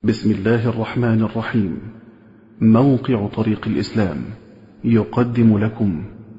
بسم الله الرحمن الرحيم. موقع طريق الإسلام يقدم لكم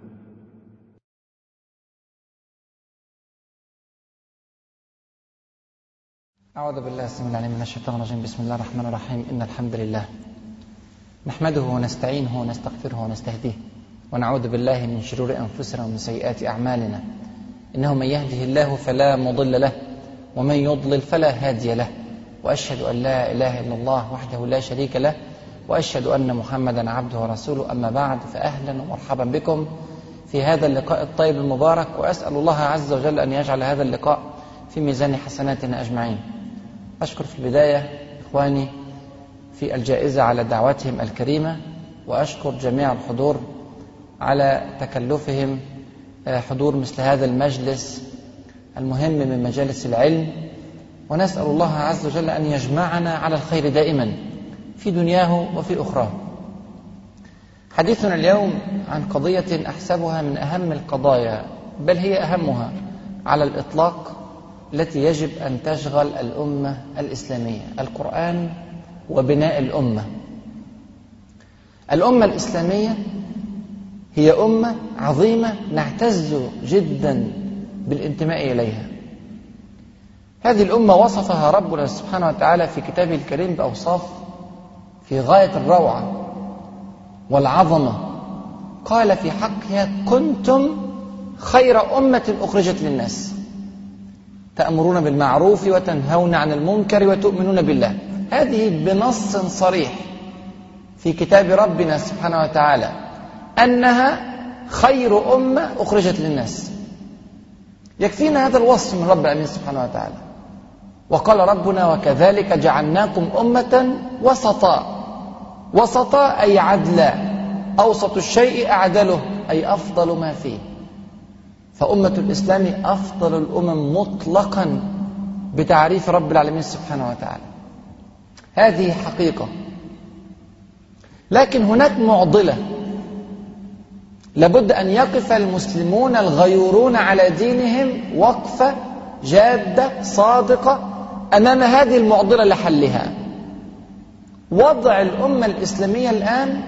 أعوذ بالله السميع العليم من الشيطان الرجيم. بسم الله الرحمن الرحيم. إن الحمد لله نحمده ونستعينه ونستغفره ونستهديه ونعوذ بالله من شرور أنفسنا ومن سيئات أعمالنا. إنه من يهده الله فلا مضل له ومن يضلل فلا هادي له، وأشهد أن لا إله إلا الله وحده لا شريك له، وأشهد أن محمدا عبده ورسوله. أما بعد، فأهلا ومرحبا بكم في هذا اللقاء الطيب المبارك، وأسأل الله عز وجل أن يجعل هذا اللقاء في ميزان حسناتنا أجمعين. أشكر في البداية إخواني في الجائزة على دعوتهم الكريمة، وأشكر جميع الحضور على تكلفهم حضور مثل هذا المجلس المهم من مجالس العلم، ونسأل الله عز وجل أن يجمعنا على الخير دائما في دنياه وفي أخراه. حديثنا اليوم عن قضية أحسبها من أهم القضايا، بل هي أهمها على الإطلاق، التي يجب أن تشغل الأمة الإسلامية: القرآن وبناء الأمة. الأمة الإسلامية هي أمة عظيمة نعتز جدا بالانتماء إليها. هذه الأمة وصفها ربنا سبحانه وتعالى في كتابه الكريم بأوصاف في غاية الروعة والعظمة. قال في حقها: كنتم خير أمة أخرجت للناس تأمرون بالمعروف وتنهون عن المنكر وتؤمنون بالله. هذه بنص صريح في كتاب ربنا سبحانه وتعالى أنها خير أمة أخرجت للناس. يكفينا هذا الوصف من رب العالمين سبحانه وتعالى. وقال ربنا: وكذلك جعلناكم أمة وسطا. وسطا أي عدلا، أوسط الشيء أعدله، أي أفضل ما فيه. فأمة الإسلام أفضل الأمم مطلقا بتعريف رب العالمين سبحانه وتعالى. هذه حقيقة. لكن هناك معضلة لابد أن يقف المسلمون الغيورون على دينهم وقفة جادة صادقة أمام هذه المعضلة لحلها. وضع الأمة الإسلامية الآن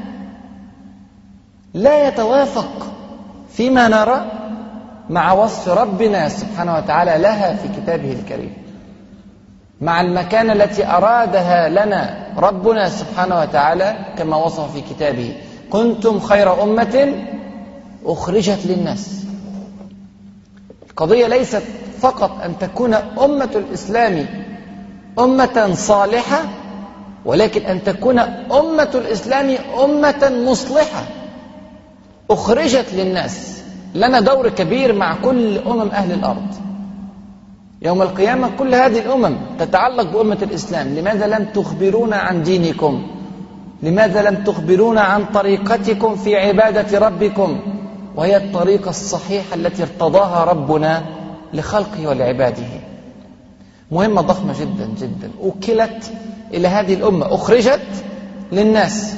لا يتوافق فيما نرى مع وصف ربنا سبحانه وتعالى لها في كتابه الكريم، مع المكانة التي أرادها لنا ربنا سبحانه وتعالى كما وصف في كتابه: كنتم خير أمة أخرجت للناس. القضية ليست فقط أن تكون أمة الإسلام أمة صالحة، ولكن أن تكون أمة الإسلام أمة مصلحة أخرجت للناس. لنا دور كبير مع كل أمم أهل الأرض. يوم القيامة كل هذه الأمم تتعلق بأمة الإسلام. لماذا لم تخبرونا عن دينكم؟ لماذا لم تخبرونا عن طريقتكم في عبادة ربكم؟ وهي الطريقة الصحيحة التي ارتضاها ربنا لخلقه ولعباده. مهمة ضخمة جدا جدا أوكلت إلى هذه الأمة، أخرجت للناس.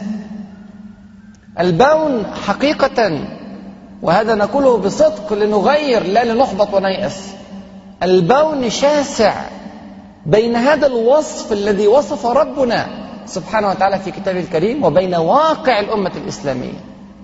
البون حقيقة، وهذا نقوله بصدق لنغير لا لنحبط ونيأس، البون شاسع بين هذا الوصف الذي وصف ربنا سبحانه وتعالى في كتابه الكريم وبين واقع الأمة الإسلامية.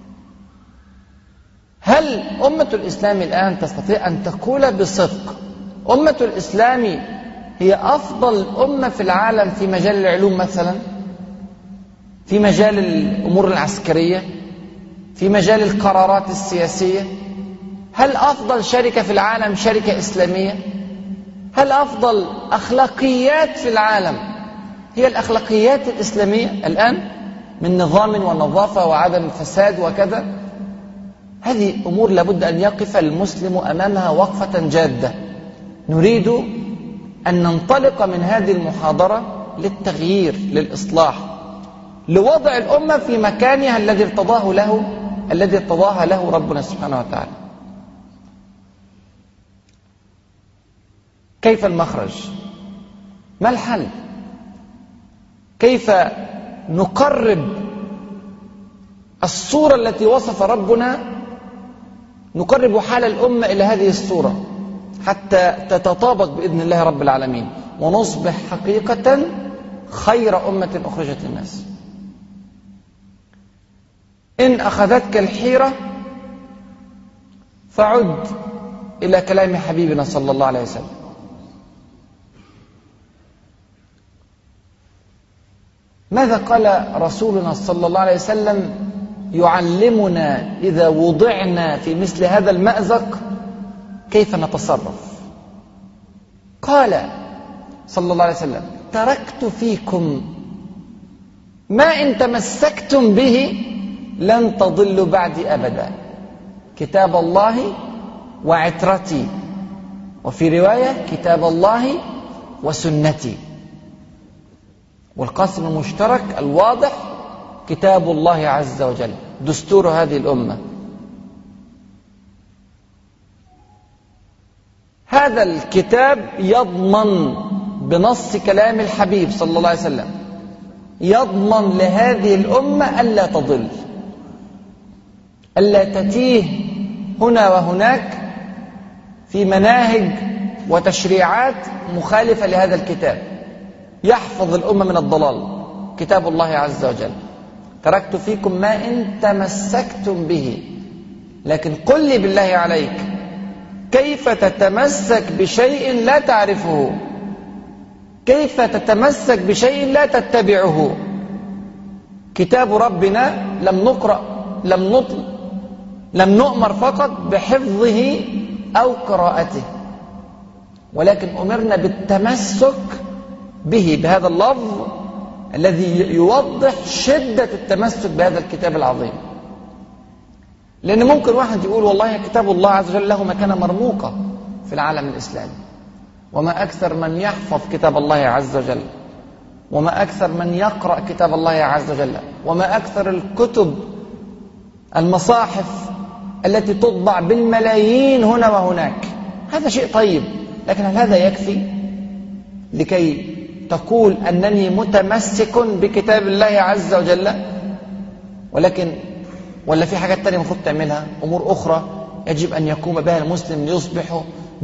هل أمة الإسلام الآن تستطيع أن تقول بصدق أمة الإسلام هي أفضل أمة في العالم في مجال العلوم مثلا، في مجال الأمور العسكرية، في مجال القرارات السياسية؟ هل أفضل شركة في العالم شركة إسلامية؟ هل أفضل أخلاقيات في العالم هي الأخلاقيات الإسلامية الآن من نظام ونظافة وعدم فساد وكذا؟ هذه أمور لابد أن يقف المسلم أمامها وقفة جادة. نريد أن ننطلق من هذه المحاضرة للتغيير، للإصلاح، لوضع الأمة في مكانها الذي ارتضاها له ربنا سبحانه وتعالى. كيف المخرج؟ ما الحل؟ كيف نقرب الصورة التي وصف ربنا، نقرب حال الأمة إلى هذه الصورة حتى تتطابق بإذن الله رب العالمين، ونصبح حقيقة خير أمة أخرجت للناس. إن أخذتك الحيرة فعد إلى كلام حبيبنا صلى الله عليه وسلم. ماذا قال رسولنا صلى الله عليه وسلم يعلمنا إذا وضعنا في مثل هذا المأزق كيف نتصرف؟ قال صلى الله عليه وسلم: تركت فيكم ما إن تمسكتم به لن تضلوا بعدي أبدا، كتاب الله وعترتي، وفي رواية كتاب الله وسنتي. والقاسم المشترك الواضح كتاب الله عز وجل، دستور هذه الأمة. هذا الكتاب يضمن بنص كلام الحبيب صلى الله عليه وسلم، يضمن لهذه الأمة ألا تضل، ألا تتيه هنا وهناك في مناهج وتشريعات مخالفة لهذا الكتاب. يحفظ الأمة من الضلال كتاب الله عز وجل. تركت فيكم ما إن تمسكتم به. لكن قل لي بالله عليك، كيف تتمسك بشيء لا تعرفه؟ كيف تتمسك بشيء لا تتبعه؟ كتاب ربنا لم نقرأ، لم نؤمر فقط بحفظه أو قراءته، ولكن أمرنا بالتمسك به، بهذا اللفظ الذي يوضح شدة التمسك بهذا الكتاب العظيم. لأن ممكن واحد يقول والله كتاب الله عز وجل له مكانة مرموقة في العالم الإسلامي، وما أكثر من يحفظ كتاب الله عز وجل، وما أكثر من يقرأ كتاب الله عز وجل، وما أكثر الكتب المصاحف التي تطبع بالملايين هنا وهناك. هذا شيء طيب، لكن هل هذا يكفي لكي تقول أنني متمسك بكتاب الله عز وجل؟ ولا في حاجات تانية المفروض تعملها، أمور أخرى يجب أن يقوم بها المسلم ليصبح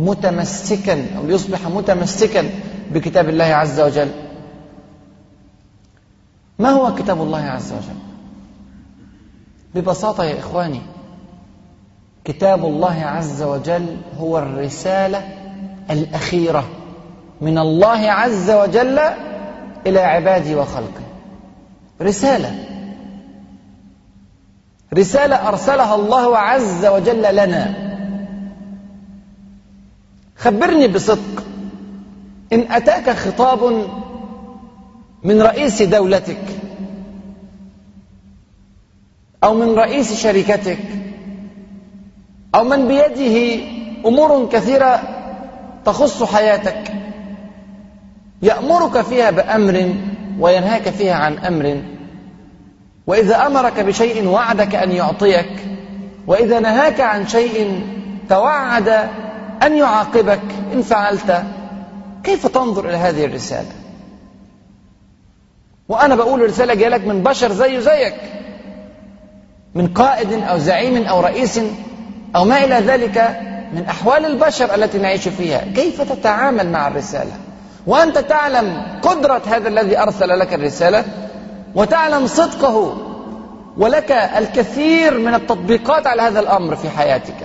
متمسكا بكتاب الله عز وجل. ما هو كتاب الله عز وجل؟ ببساطة يا إخواني، كتاب الله عز وجل هو الرسالة الأخيرة من الله عز وجل إلى عباده وخلقه. رسالة أرسلها الله عز وجل لنا. خبرني بصدق، إن أتاك خطاب من رئيس دولتك أو من رئيس شركتك أو من بيده أمور كثيرة تخص حياتك، يأمرك فيها بأمر وينهاك فيها عن أمر، وإذا أمرك بشيء وعدك أن يعطيك، وإذا نهاك عن شيء توعد أن يعاقبك إن فعلت، كيف تنظر إلى هذه الرسالة؟ وأنا بقول الرسالة جاء لك من بشر زي زيك، من قائد أو زعيم أو رئيس أو ما إلى ذلك من أحوال البشر التي نعيش فيها. كيف تتعامل مع الرسالة وأنت تعلم قدرة هذا الذي أرسل لك الرسالة، وتعلم صدقه، ولك الكثير من التطبيقات على هذا الأمر في حياتك؟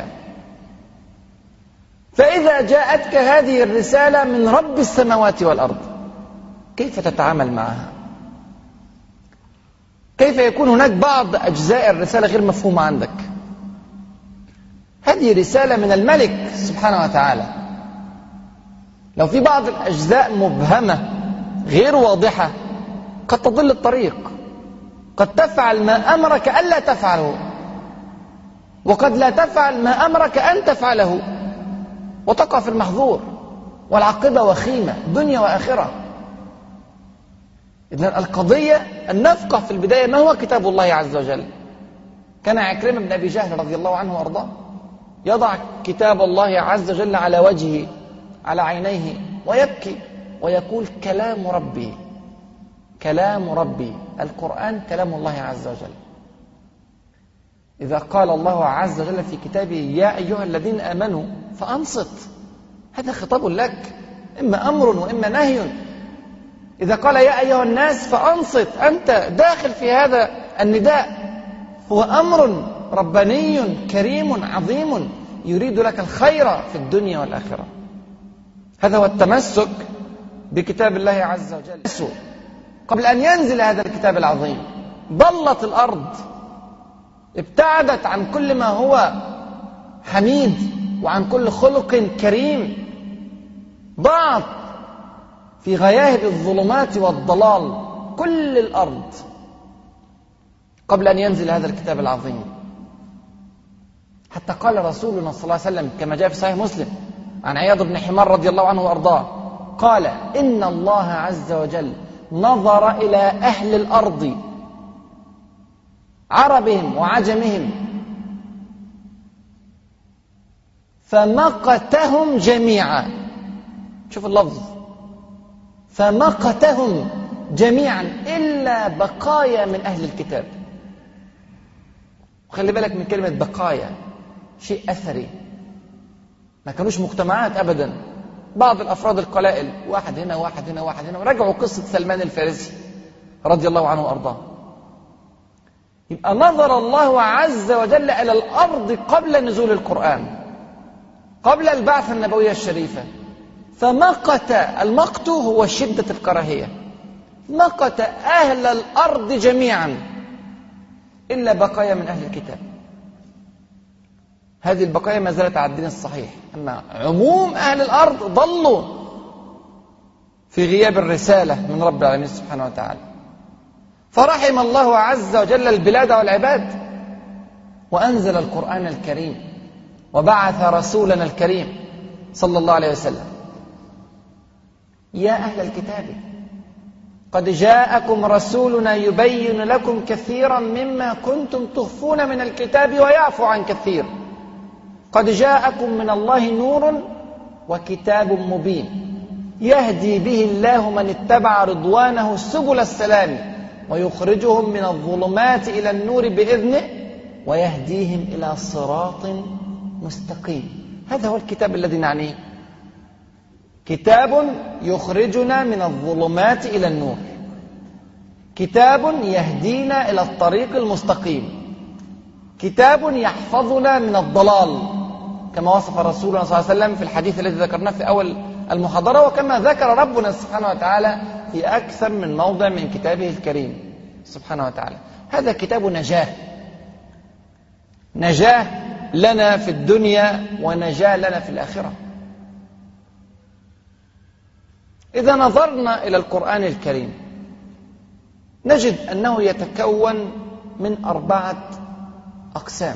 فإذا جاءتك هذه الرسالة من رب السماوات والأرض، كيف تتعامل معها؟ كيف يكون هناك بعض أجزاء الرسالة غير مفهومة عندك؟ هذه رسالة من الملك سبحانه وتعالى. لو في بعض الأجزاء مبهمة غير واضحة قد تضل الطريق، قد تفعل ما أمرك ألا تفعله، وقد لا تفعل ما أمرك أن تفعله وتقع في المحظور، والعاقبة وخيمة دنيا وآخرة. إذن القضية أن نفقه في البداية ما هو كتاب الله عز وجل. كان عكرمة بن أبي جهل رضي الله عنه وأرضاه يضع كتاب الله عز وجل على وجهه على عينيه ويبكي ويقول كلام ربي، كلام ربي. القرآن كلام الله عز وجل. إذا قال الله عز وجل في كتابه يا أيها الذين آمنوا فأنصت، هذا خطاب لك، إما أمر وإما نهي. إذا قال يا أيها الناس فأنصت، أنت داخل في هذا النداء، هو أمر رباني كريم عظيم يريد لك الخير في الدنيا والآخرة. هذا هو التمسك بكتاب الله عز وجل. قبل أن ينزل هذا الكتاب العظيم ضلت الأرض، ابتعدت عن كل ما هو حميد وعن كل خلق كريم، ضاعت في غياهب الظلمات والضلال كل الأرض قبل أن ينزل هذا الكتاب العظيم. حتى قال رسولنا صلى الله عليه وسلم كما جاء في صحيح مسلم عن عياض بن حمار رضي الله عنه وأرضاه قال إن الله عز وجل نظر إلى أهل الأرض عربهم وعجمهم فمقتهم جميعا. شوف اللفظ، فمقتهم جميعا إلا بقايا من أهل الكتاب. وخلي بالك من كلمة بقايا، شيء أثري، ما كانوش مجتمعات أبدا، بعض الأفراد القلائل، واحد هنا واحد هنا واحد هنا. ورجعوا قصة سلمان الفارسي رضي الله عنه وأرضاه. يبقى نظر الله عز وجل إلى الأرض قبل نزول القرآن، قبل البعثة النبوية الشريفة، فمقت. المقت هو شدة الكراهية، مقت أهل الأرض جميعا إلا بقايا من أهل الكتاب. هذه البقايا ما زالت على الدين الصحيح، أما عموم أهل الأرض ضلوا في غياب الرسالة من رب العالمين سبحانه وتعالى. فرحم الله عز وجل البلاد والعباد وأنزل القرآن الكريم وبعث رسولنا الكريم صلى الله عليه وسلم. يا أهل الكتاب قد جاءكم رسولنا يبين لكم كثيرا مما كنتم تخفون من الكتاب ويعفو عن كثير، قد جاءكم من الله نور وكتاب مبين يهدي به الله من اتبع رضوانه سبل السلام ويخرجهم من الظلمات إلى النور بإذنه ويهديهم إلى صراط مستقيم. هذا هو الكتاب الذي نعنيه، كتاب يخرجنا من الظلمات إلى النور، كتاب يهدينا إلى الطريق المستقيم، كتاب يحفظنا من الضلال كما وصف رسولنا صلى الله عليه وسلم في الحديث الذي ذكرناه في أول المحاضرة، وكما ذكر ربنا سبحانه وتعالى في أكثر من موضع من كتابه الكريم سبحانه وتعالى. هذا كتاب نجاة، نجاة لنا في الدنيا ونجاة لنا في الآخرة. إذا نظرنا إلى القرآن الكريم نجد أنه يتكون من 4 أقسام،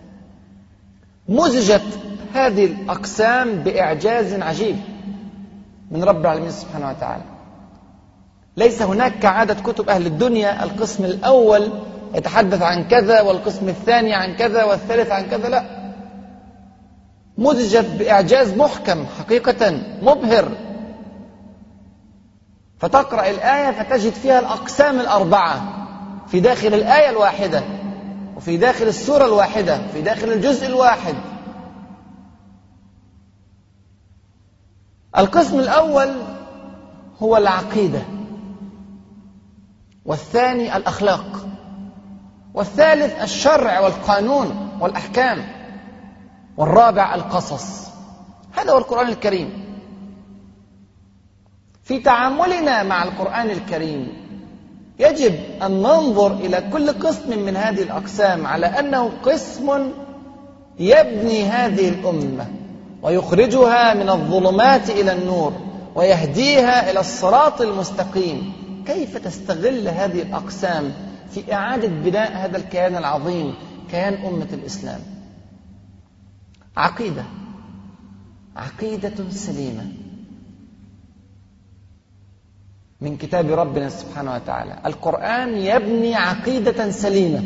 مزجت هذه الأقسام بإعجاز عجيب من رب العالمين سبحانه وتعالى. ليس هناك كعادة كتب أهل الدنيا القسم الأول يتحدث عن كذا والقسم الثاني عن كذا والثالث عن كذا، لا، مزجت بإعجاز محكم حقيقة مبهر. فتقرأ الآية فتجد فيها الأقسام 4 في داخل الآية الواحدة، وفي داخل السورة الواحدة، في داخل الجزء الواحد. القسم الأول هو العقيدة، والثاني الأخلاق، والثالث الشرع والقانون والأحكام، والرابع القصص. هذا هو القرآن الكريم. في تعاملنا مع القرآن الكريم يجب أن ننظر إلى كل قسم من هذه الأقسام على أنه قسم يبني هذه الأمة ويخرجها من الظلمات إلى النور ويهديها إلى الصراط المستقيم. كيف تستغل هذه الأقسام في إعادة بناء هذا الكيان العظيم، كيان أمة الإسلام؟ عقيدة، عقيدة سليمة من كتاب ربنا سبحانه وتعالى. القرآن يبني عقيدة سليمة،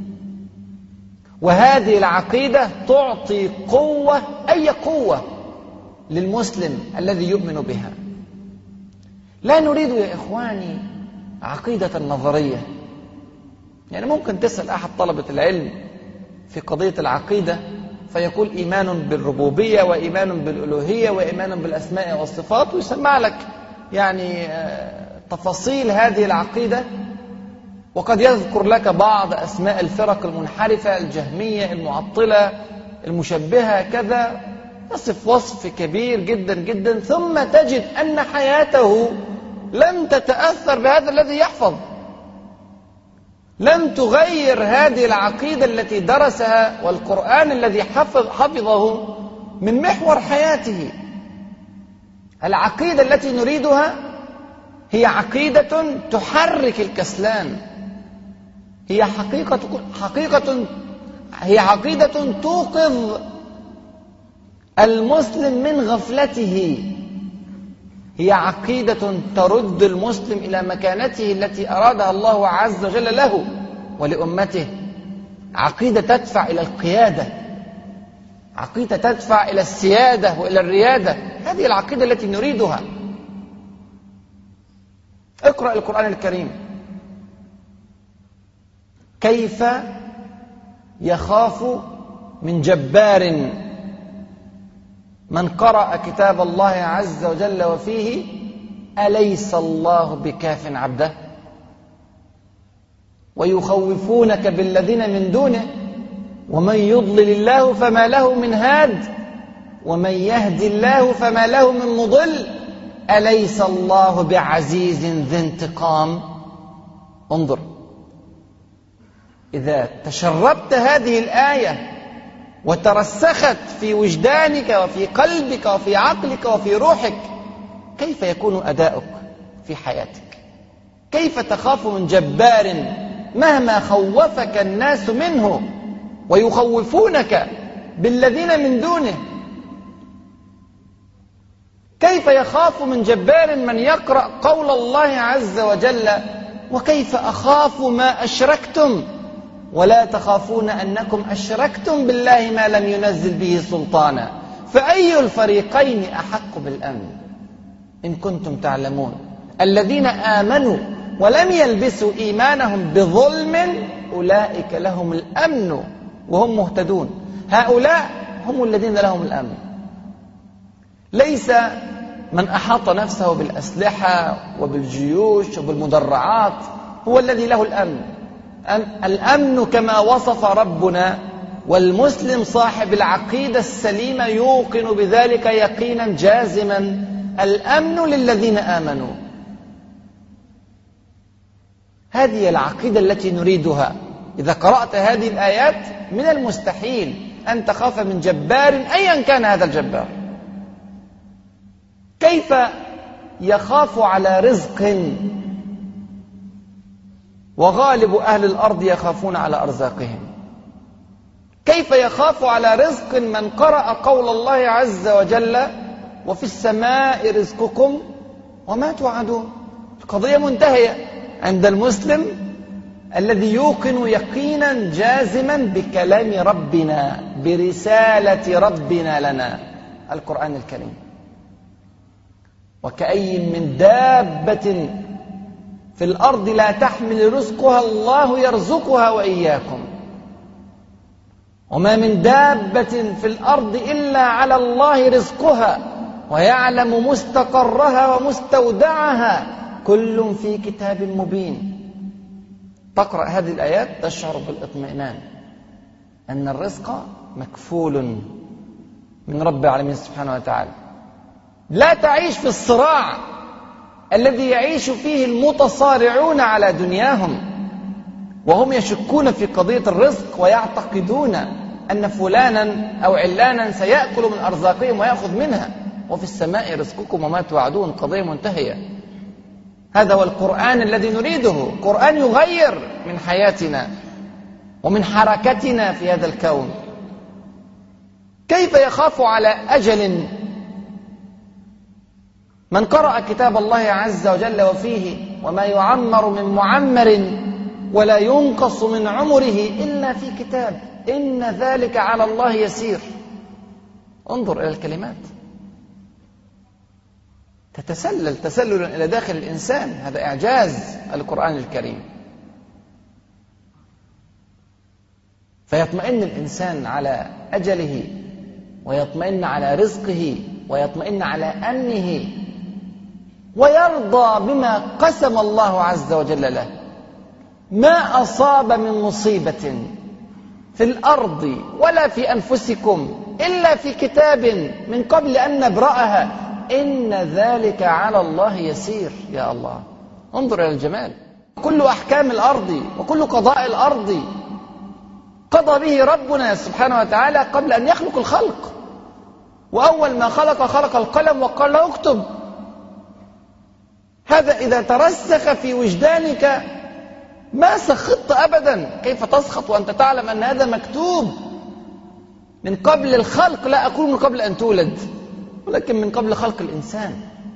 وهذه العقيدة تعطي قوة، أي قوة للمسلم الذي يؤمن بها. لا نريد يا إخواني عقيدة نظرية. يعني ممكن تسأل أحد طلبة العلم في قضية العقيدة فيقول إيمان بالربوبية وإيمان بالألوهية وإيمان بالأسماء والصفات، ويسمع لك يعني تفاصيل هذه العقيدة، وقد يذكر لك بعض أسماء الفرق المنحرفة، الجهمية، المعطلة، المشبهة، كذا، يصف وصف كبير جدا جدا، ثم تجد أن حياته لم تتأثر بهذا الذي يحفظ، لم تغير هذه العقيدة التي درسها والقرآن الذي حفظه من محور حياته. العقيدة التي نريدها هي عقيدة تحرك الكسلان، هي عقيدة توقظ المسلم من غفلته، هي عقيدة ترد المسلم إلى مكانته التي أرادها الله عز وجل له ولأمته، عقيدة تدفع إلى القيادة، عقيدة تدفع إلى السيادة وإلى الريادة. هذه العقيدة التي نريدها. اقرأ القرآن الكريم، كيف يخاف من جبار من قرأ كتاب الله عز وجل وفيه أليس الله بكاف عبده ويخوفونك بالذين من دونه ومن يضلل الله فما له من هاد ومن يهدي الله فما له من مضل أليس الله بعزيز ذي انتقام. انظر، إذا تشربت هذه الآية وترسخت في وجدانك وفي قلبك وفي عقلك وفي روحك، كيف يكون أداؤك في حياتك؟ كيف تخاف من جبار مهما خوفك الناس منه ويخوفونك بالذين من دونه؟ كيف يخاف من جبار من يقرأ قول الله عز وجل وكيف أخاف ما أشركتم ولا تخافون أنكم أشركتم بالله ما لم ينزل به سلطانا فأي الفريقين أحق بالأمن إن كنتم تعلمون الذين آمنوا ولم يلبسوا إيمانهم بظلم أولئك لهم الأمن وهم مهتدون. هؤلاء هم الذين لهم الأمن، ليس من أحاط نفسه بالأسلحة وبالجيوش وبالمدرعات هو الذي له الأمن. الأمن كما وصف ربنا، والمسلم صاحب العقيدة السليمة يوقن بذلك يقينا جازما، الأمن للذين آمنوا. هذه العقيدة التي نريدها. إذا قرأت هذه الآيات من المستحيل أن تخاف من جبار أيا كان هذا الجبار. كيف يخاف على رزق وغالب أهل الأرض يخافون على أرزاقهم؟ كيف يخاف على رزق من قرأ قول الله عز وجل وفي السماء رزقكم وما توعدون؟ قضية منتهية عند المسلم الذي يوقن يقينا جازما بكلام ربنا، برسالة ربنا لنا القرآن الكريم. وكأي من دابة في الأرض لا تحمل رزقها الله يرزقها وإياكم وما من دابة في الأرض إلا على الله رزقها ويعلم مستقرها ومستودعها كل في كتاب مبين. تقرأ هذه الآيات تشعر بالاطمئنان أن الرزق مكفول من رب العالمين سبحانه وتعالى. لا تعيش في الصراع الذي يعيش فيه المتصارعون على دنياهم وهم يشكون في قضية الرزق ويعتقدون أن فلانا أو علانا سيأكل من أرزاقهم ويأخذ منها، وفي السماء رزقكم وما توعدون. قضية منتهية. هذا هو القرآن الذي نريده، قرآن يغير من حياتنا ومن حركتنا في هذا الكون. كيف يخاف على أجل من قرأ كتاب الله عز وجل وفيه وما يعمر من معمر ولا ينقص من عمره إلا في كتاب إن ذلك على الله يسير. انظر إلى الكلمات، تتسلل تسللا إلى داخل الإنسان. هذا إعجاز القرآن الكريم. فيطمئن الإنسان على أجله ويطمئن على رزقه ويطمئن على أمنه ويرضى بما قسم الله عز وجل له. ما أصاب من مصيبة في الأرض ولا في أنفسكم إلا في كتاب من قبل أن نبرأها إن ذلك على الله يسير. يا الله، انظر إلى الجمال. كل أحكام الأرض وكل قضاء الأرض قضى به ربنا سبحانه وتعالى قبل أن يخلق الخلق. وأول ما خلق القلم وقال له اكتب. هذا إذا ترسخ في وجدانك ما سخطت أبدا. كيف تسخط وأنت تعلم أن هذا مكتوب من قبل الخلق؟ لا أقول من قبل أن تولد، ولكن من قبل خلق الإنسان،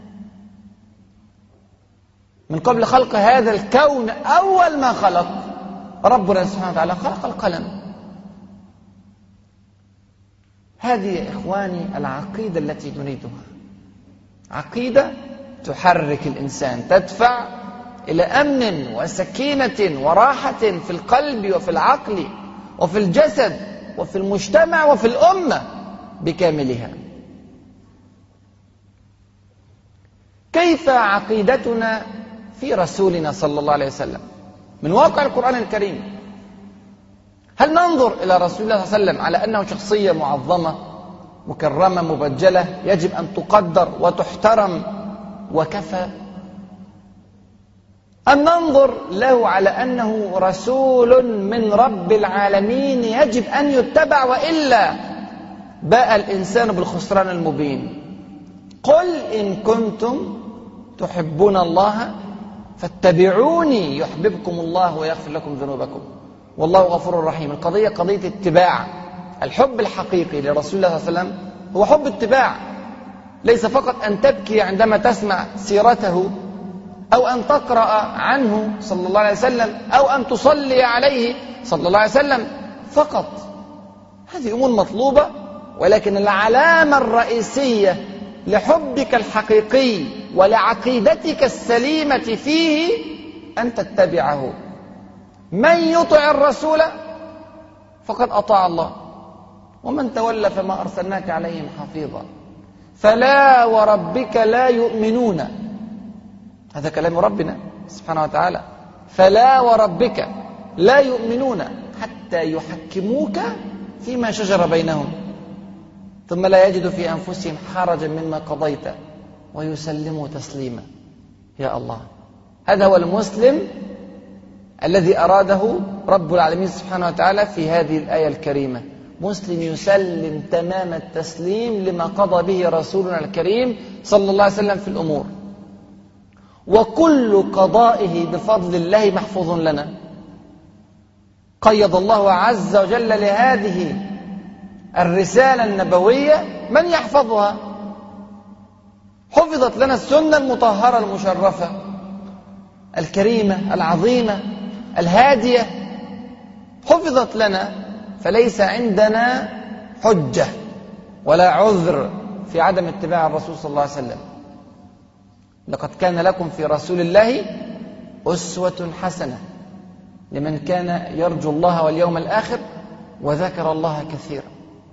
من قبل خلق هذا الكون. أول ما خلق ربنا سبحانه وتعالى خلق القلم. هذه يا إخواني العقيدة التي نريدها، عقيدة تحرك الإنسان، تدفع إلى أمن وسكينة وراحة في القلب وفي العقل وفي الجسد وفي المجتمع وفي الأمة بكاملها. كيف عقيدتنا في رسولنا صلى الله عليه وسلم من واقع القرآن الكريم؟ هل ننظر إلى رسول الله صلى الله عليه وسلم على أنه شخصية معظمة مكرمة مبجلة يجب أن تقدر وتحترم وكفى؟ أم ننظر له على أنه رسول من رب العالمين يجب أن يتبع وإلا باء الإنسان بالخسران المبين؟ قل إن كنتم تحبون الله فاتبعوني يحببكم الله ويغفر لكم ذنوبكم والله غفور رحيم. القضية قضية اتباع. الحب الحقيقي لرسول الله صلى الله عليه وسلم هو حب اتباع، ليس فقط أن تبكي عندما تسمع سيرته أو أن تقرأ عنه صلى الله عليه وسلم أو أن تصلي عليه صلى الله عليه وسلم فقط. هذه أمور مطلوبة، ولكن العلامة الرئيسية لحبك الحقيقي ولعقيدتك السليمة فيه أن تتبعه. من يطع الرسول فقد أطاع الله، ومن تولى فما أرسلناك عليهم حفيظا. فلا وربك لا يؤمنون، هذا كلام ربنا سبحانه وتعالى. فلا وربك لا يؤمنون حتى يحكموك فيما شجر بينهم ثم لا يجدوا في أنفسهم حرجا مما قضيت ويسلموا تسليما. يا الله، هذا هو المسلم الذي أراده رب العالمين سبحانه وتعالى في هذه الآية الكريمة. مسلم يسلم تمام التسليم لما قضى به رسولنا الكريم صلى الله عليه وسلم في الأمور، وكل قضائه بفضل الله محفوظ لنا. قيض الله عز وجل لهذه الرسالة النبوية من يحفظها. حفظت لنا السنة المطهرة المشرفة الكريمة العظيمة الهادية، حفظت لنا، فليس عندنا حجة ولا عذر في عدم اتباع الرسول صلى الله عليه وسلم. لقد كان لكم في رسول الله أسوة حسنة لمن كان يرجو الله واليوم الآخر وذكر الله كثيرا.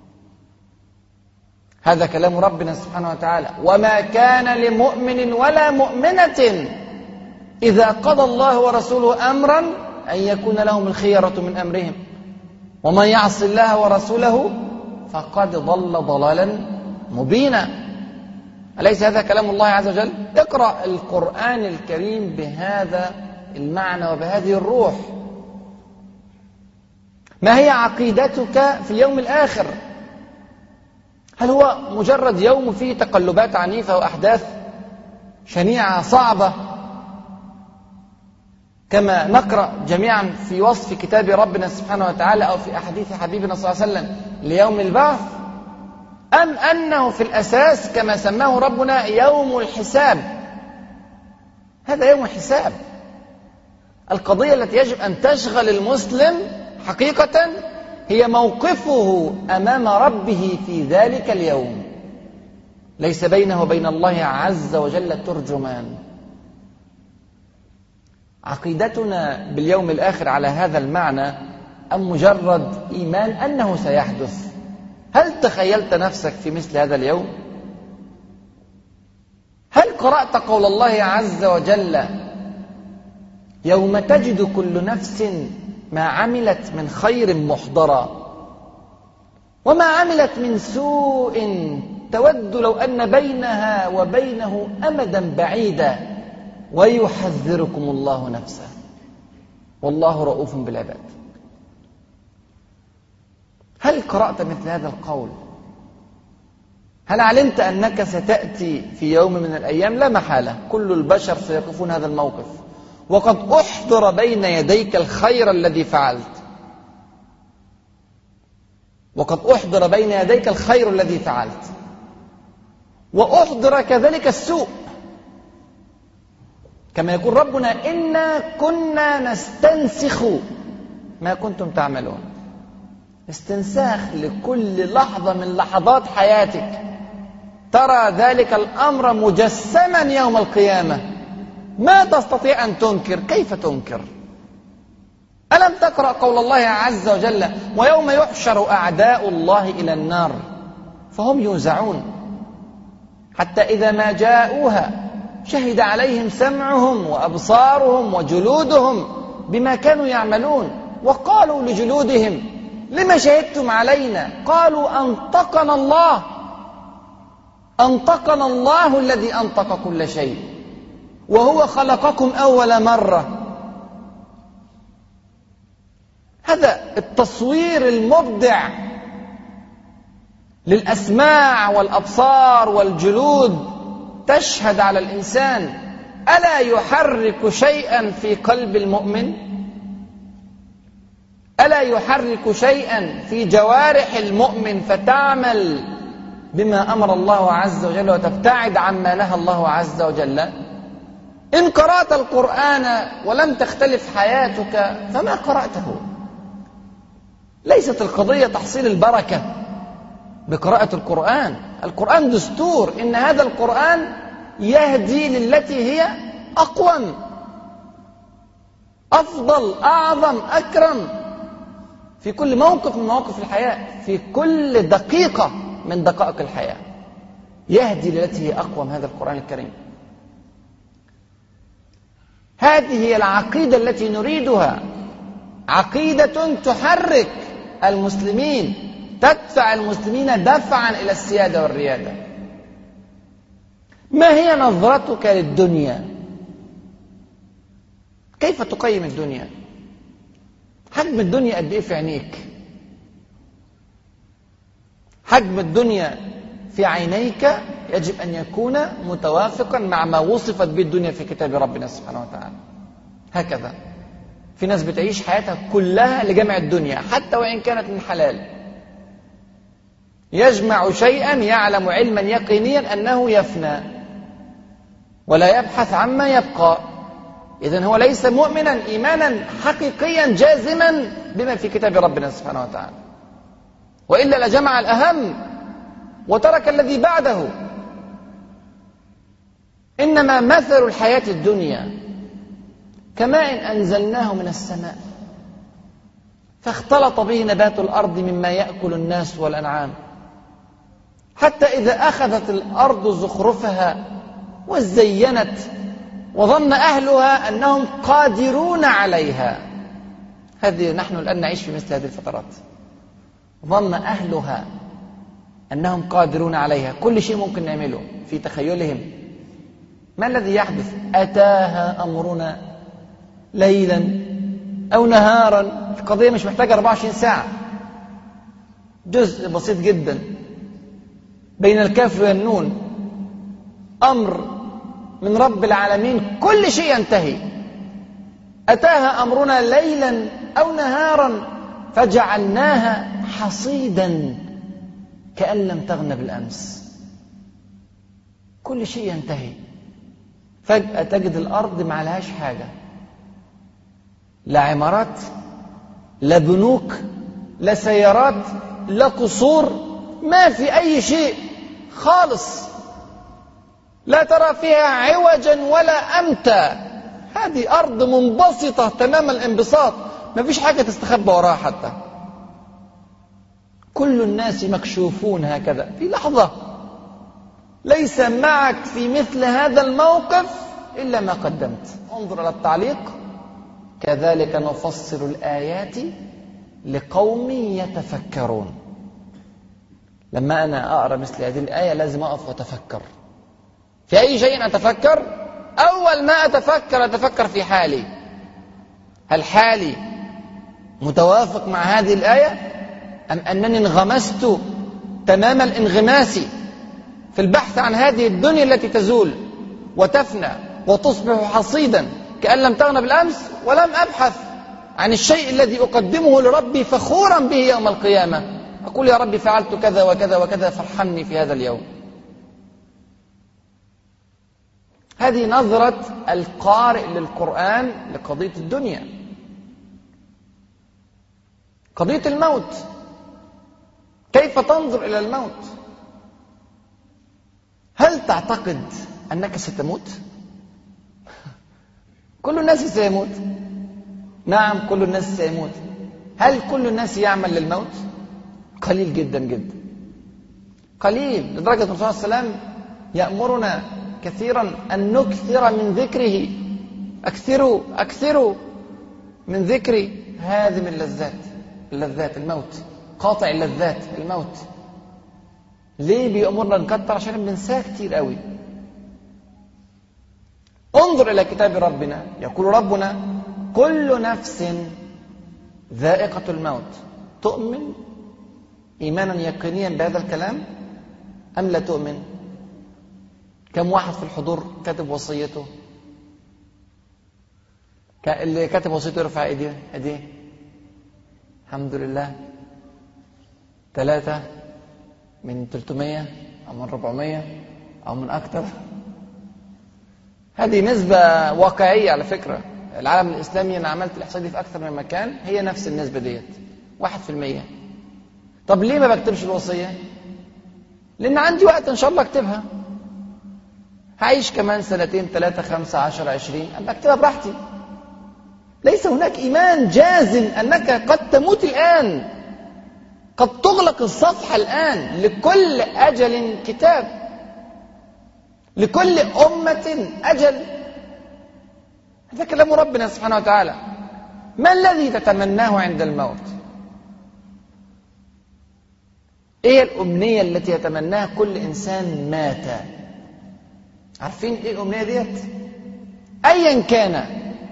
هذا كلام ربنا سبحانه وتعالى. وما كان لمؤمن ولا مؤمنة إذا قضى الله ورسوله أمرا أن يكون لهم الخيرة من أمرهم ومن يعص الله ورسوله فقد ضل ضلالا مبينا. أليس هذا كلام الله عز وجل؟ اقرأ القرآن الكريم بهذا المعنى وبهذه الروح. ما هي عقيدتك في اليوم الآخر؟ هل هو مجرد يوم فيه تقلبات عنيفة وأحداث شنيعة صعبة كما نقرأ جميعا في وصف كتاب ربنا سبحانه وتعالى أو في أحاديث حبيبنا صلى الله عليه وسلم ليوم البعث؟ أم أنه في الأساس كما سماه ربنا يوم الحساب؟ هذا يوم الحساب. القضية التي يجب أن تشغل المسلم حقيقة هي موقفه أمام ربه في ذلك اليوم، ليس بينه وبين الله عز وجل ترجمان. عقيدتنا باليوم الآخر على هذا المعنى أم مجرد إيمان أنه سيحدث؟ هل تخيلت نفسك في مثل هذا اليوم؟ هل قرأت قول الله عز وجل يوم تجد كل نفس ما عملت من خير محضرا وما عملت من سوء تود لو أن بينها وبينه أمدا بعيدا ويحذركم الله نفسه والله رؤوف بالعباد. هل قرأت مثل هذا القول؟ هل علمت أنك ستأتي في يوم من الأيام؟ لا محالة كل البشر سيقفون هذا الموقف، وقد أحضر بين يديك الخير الذي فعلت، وقد أحضر بين يديك الخير الذي فعلت، وأحضر كذلك السوء، كما يقول ربنا إنا كنا نستنسخ ما كنتم تعملون. استنساخ لكل لحظة من لحظات حياتك، ترى ذلك الأمر مجسما يوم القيامة، ما تستطيع أن تنكر. كيف تنكر؟ ألم تقرأ قول الله عز وجل ويوم يحشر أعداء الله إلى النار فهم يوزعون حتى إذا ما جاءوها شهد عليهم سمعهم وأبصارهم وجلودهم بما كانوا يعملون وقالوا لجلودهم لما شهدتم علينا قالوا أنطقنا الله، أنطقنا الله الذي أنطق كل شيء وهو خلقكم أول مرة. هذا التصوير المبدع للأسماع والأبصار والجلود تشهد على الإنسان، ألا يحرك شيئا في قلب المؤمن؟ ألا يحرك شيئا في جوارح المؤمن فتعمل بما أمر الله عز وجل وتبتعد عما نهى الله عز وجل؟ إن قرأت القرآن ولم تختلف حياتك فما قرأته. ليست القضية تحصيل البركة بقراءة القرآن، القرآن دستور، إن هذا القرآن يهدي للتي هي أقوم، أفضل، أعظم، أكرم في كل موقف من مواقف الحياة، في كل دقيقة من دقائق الحياة يهدي للتي هي أقوم هذا القرآن الكريم. هذه هي العقيدة التي نريدها، عقيدة تحرك المسلمين، تدفع المسلمين دفعا إلى السيادة والريادة. ما هي نظرتك للدنيا؟ كيف تقيم الدنيا؟ حجم الدنيا قد إيه في عينيك؟ حجم الدنيا في عينيك يجب أن يكون متوافقا مع ما وصفت به الدنيا في كتاب ربنا سبحانه وتعالى. هكذا في ناس بتعيش حياتها كلها لجمع الدنيا حتى وإن كانت من حلال، يجمع شيئا يعلم علما يقينيا أنه يفنى ولا يبحث عما يبقى. إذن هو ليس مؤمنا إيمانا حقيقيا جازما بما في كتاب ربنا سبحانه وتعالى، وإلا لجمع الأهم وترك الذي بعده. إنما مثل الحياة الدنيا كماء أنزلناه من السماء فاختلط به نبات الأرض مما يأكل الناس والأنعام حتى إذا أخذت الأرض زخرفها وزينت وظن أهلها أنهم قادرون عليها. هذه نحن الآن نعيش في مثل هذه الفترات، ظن أهلها أنهم قادرون عليها، كل شيء ممكن نعمله في تخيلهم. ما الذي يحدث؟ أتاها أمرنا ليلا أو نهارا. القضية مش محتاجة 24 ساعة، جزء بسيط جدا بين الكاف والنون، أمر من رب العالمين كل شيء ينتهي. أتاها أمرنا ليلا أو نهارا فجعلناها حصيدا كأن لم تغن بالأمس. كل شيء ينتهي، فجأة تجد الأرض ما عليهاش حاجة، لا عمارات، لا بنوك، لا سيارات، لا قصور، ما في أي شيء خالص، لا ترى فيها عوجا ولا أمتا. هذه أرض منبسطة تمام الانبساط، ما فيش حاجة تستخبى وراها حتى. كل الناس مكشوفون هكذا في لحظة، ليس معك في مثل هذا الموقف إلا ما قدمت. انظر إلى التعليق: كذلك نفصل الآيات لقوم يتفكرون. لما أنا أقرأ مثل هذه الآية لازم أقف وأتفكر في أي شيء أتفكر. أول ما أتفكر في حالي، هل حالي متوافق مع هذه الآية أم أنني انغمست تمام الانغماس في البحث عن هذه الدنيا التي تزول وتفنى وتصبح حصيدا كأن لم تغن بالأمس، ولم أبحث عن الشيء الذي أقدمه لربي فخورا به يوم القيامة، أقول يا ربي فعلت كذا وكذا وكذا فارحمني في هذا اليوم. هذه نظرة القارئ للقرآن لقضية الدنيا. قضية الموت، كيف تنظر إلى الموت؟ هل تعتقد أنك ستموت؟ كل الناس سيموت. نعم، كل الناس سيموت. هل كل الناس يعمل للموت؟ قليل جدا جدا، قليل، لدرجة الرسول صلى الله عليه وسلم يأمرنا كثيرا أن نكثر من ذكره. أكثروا من ذكر هادم اللذات الموت، قاطع اللذات الموت. ليه بيأمرنا نكتر؟ عشان بننساه كتير قوي. انظر إلى كتاب ربنا، يقول ربنا: كل نفس ذائقة الموت. تؤمن إيمانا يقينيا بهذا الكلام أم لا تؤمن؟ كم واحد في الحضور كاتب وصيته؟ اللي كاتب وصيته يرفع ايديه. الحمد لله. 3 من 300 أو من 400 أو من أكثر. هذه نسبة واقعية على فكرة. العالم الإسلامي أنا عملت الإحصاء دي في أكثر من مكان، هي نفس النسبة ديت 1%. طب ليه ما بكتبش الوصية؟ لأن عندي وقت إن شاء الله أكتبها. هعيش كمان 2 3 5 10 20 أبقى أكتبها براحتي. ليس هناك إيمان جازم أنك قد تموت الآن، قد تغلق الصفحة الآن. لكل أجل كتاب، لكل أمة أجل. هذا كلام ربنا سبحانه وتعالى. ما الذي تتمناه عند الموت؟ ايه الأمنية التي يتمناها كل إنسان مات؟ عارفين ايه الأمنية ديت؟ أيا كان،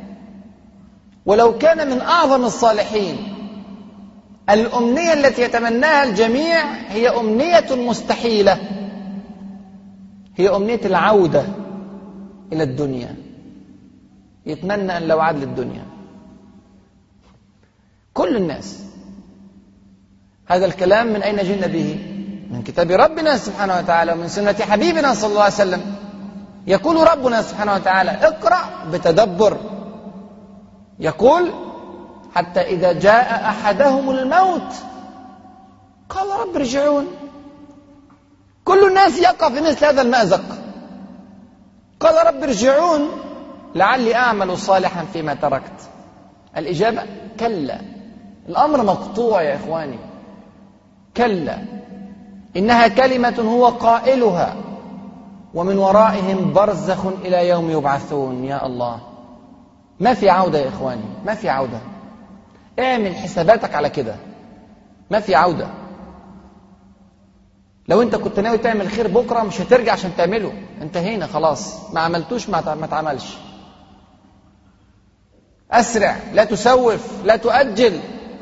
ولو كان من أعظم الصالحين، الأمنية التي يتمناها الجميع هي أمنية مستحيلة، هي أمنية العودة إلى الدنيا. يتمنى أن لو عاد للدنيا كل الناس. هذا الكلام من أين جئنا به؟ من كتاب ربنا سبحانه وتعالى ومن سنة حبيبنا صلى الله عليه وسلم. يقول ربنا سبحانه وتعالى: اقرأ بتدبر. يقول: حتى إذا جاء أحدهم الموت قال رب ارجعون. كل الناس يقع في مثل هذا المأزق. قال رب ارجعون لعلي أعمل صالحا فيما تركت. الإجابة: كلا. الأمر مقطوع يا إخواني. كلا إنها كلمة هو قائلها ومن ورائهم برزخ إلى يوم يبعثون. يا الله، ما في عودة يا إخواني، ما في عودة. اعمل حساباتك على كده، ما في عودة. لو انت كنت ناوي تعمل خير بكرة مش هترجع عشان تعمله، انتهينا خلاص. ما عملتوش ما تعملش. أسرع، لا تسوف، لا تؤجل.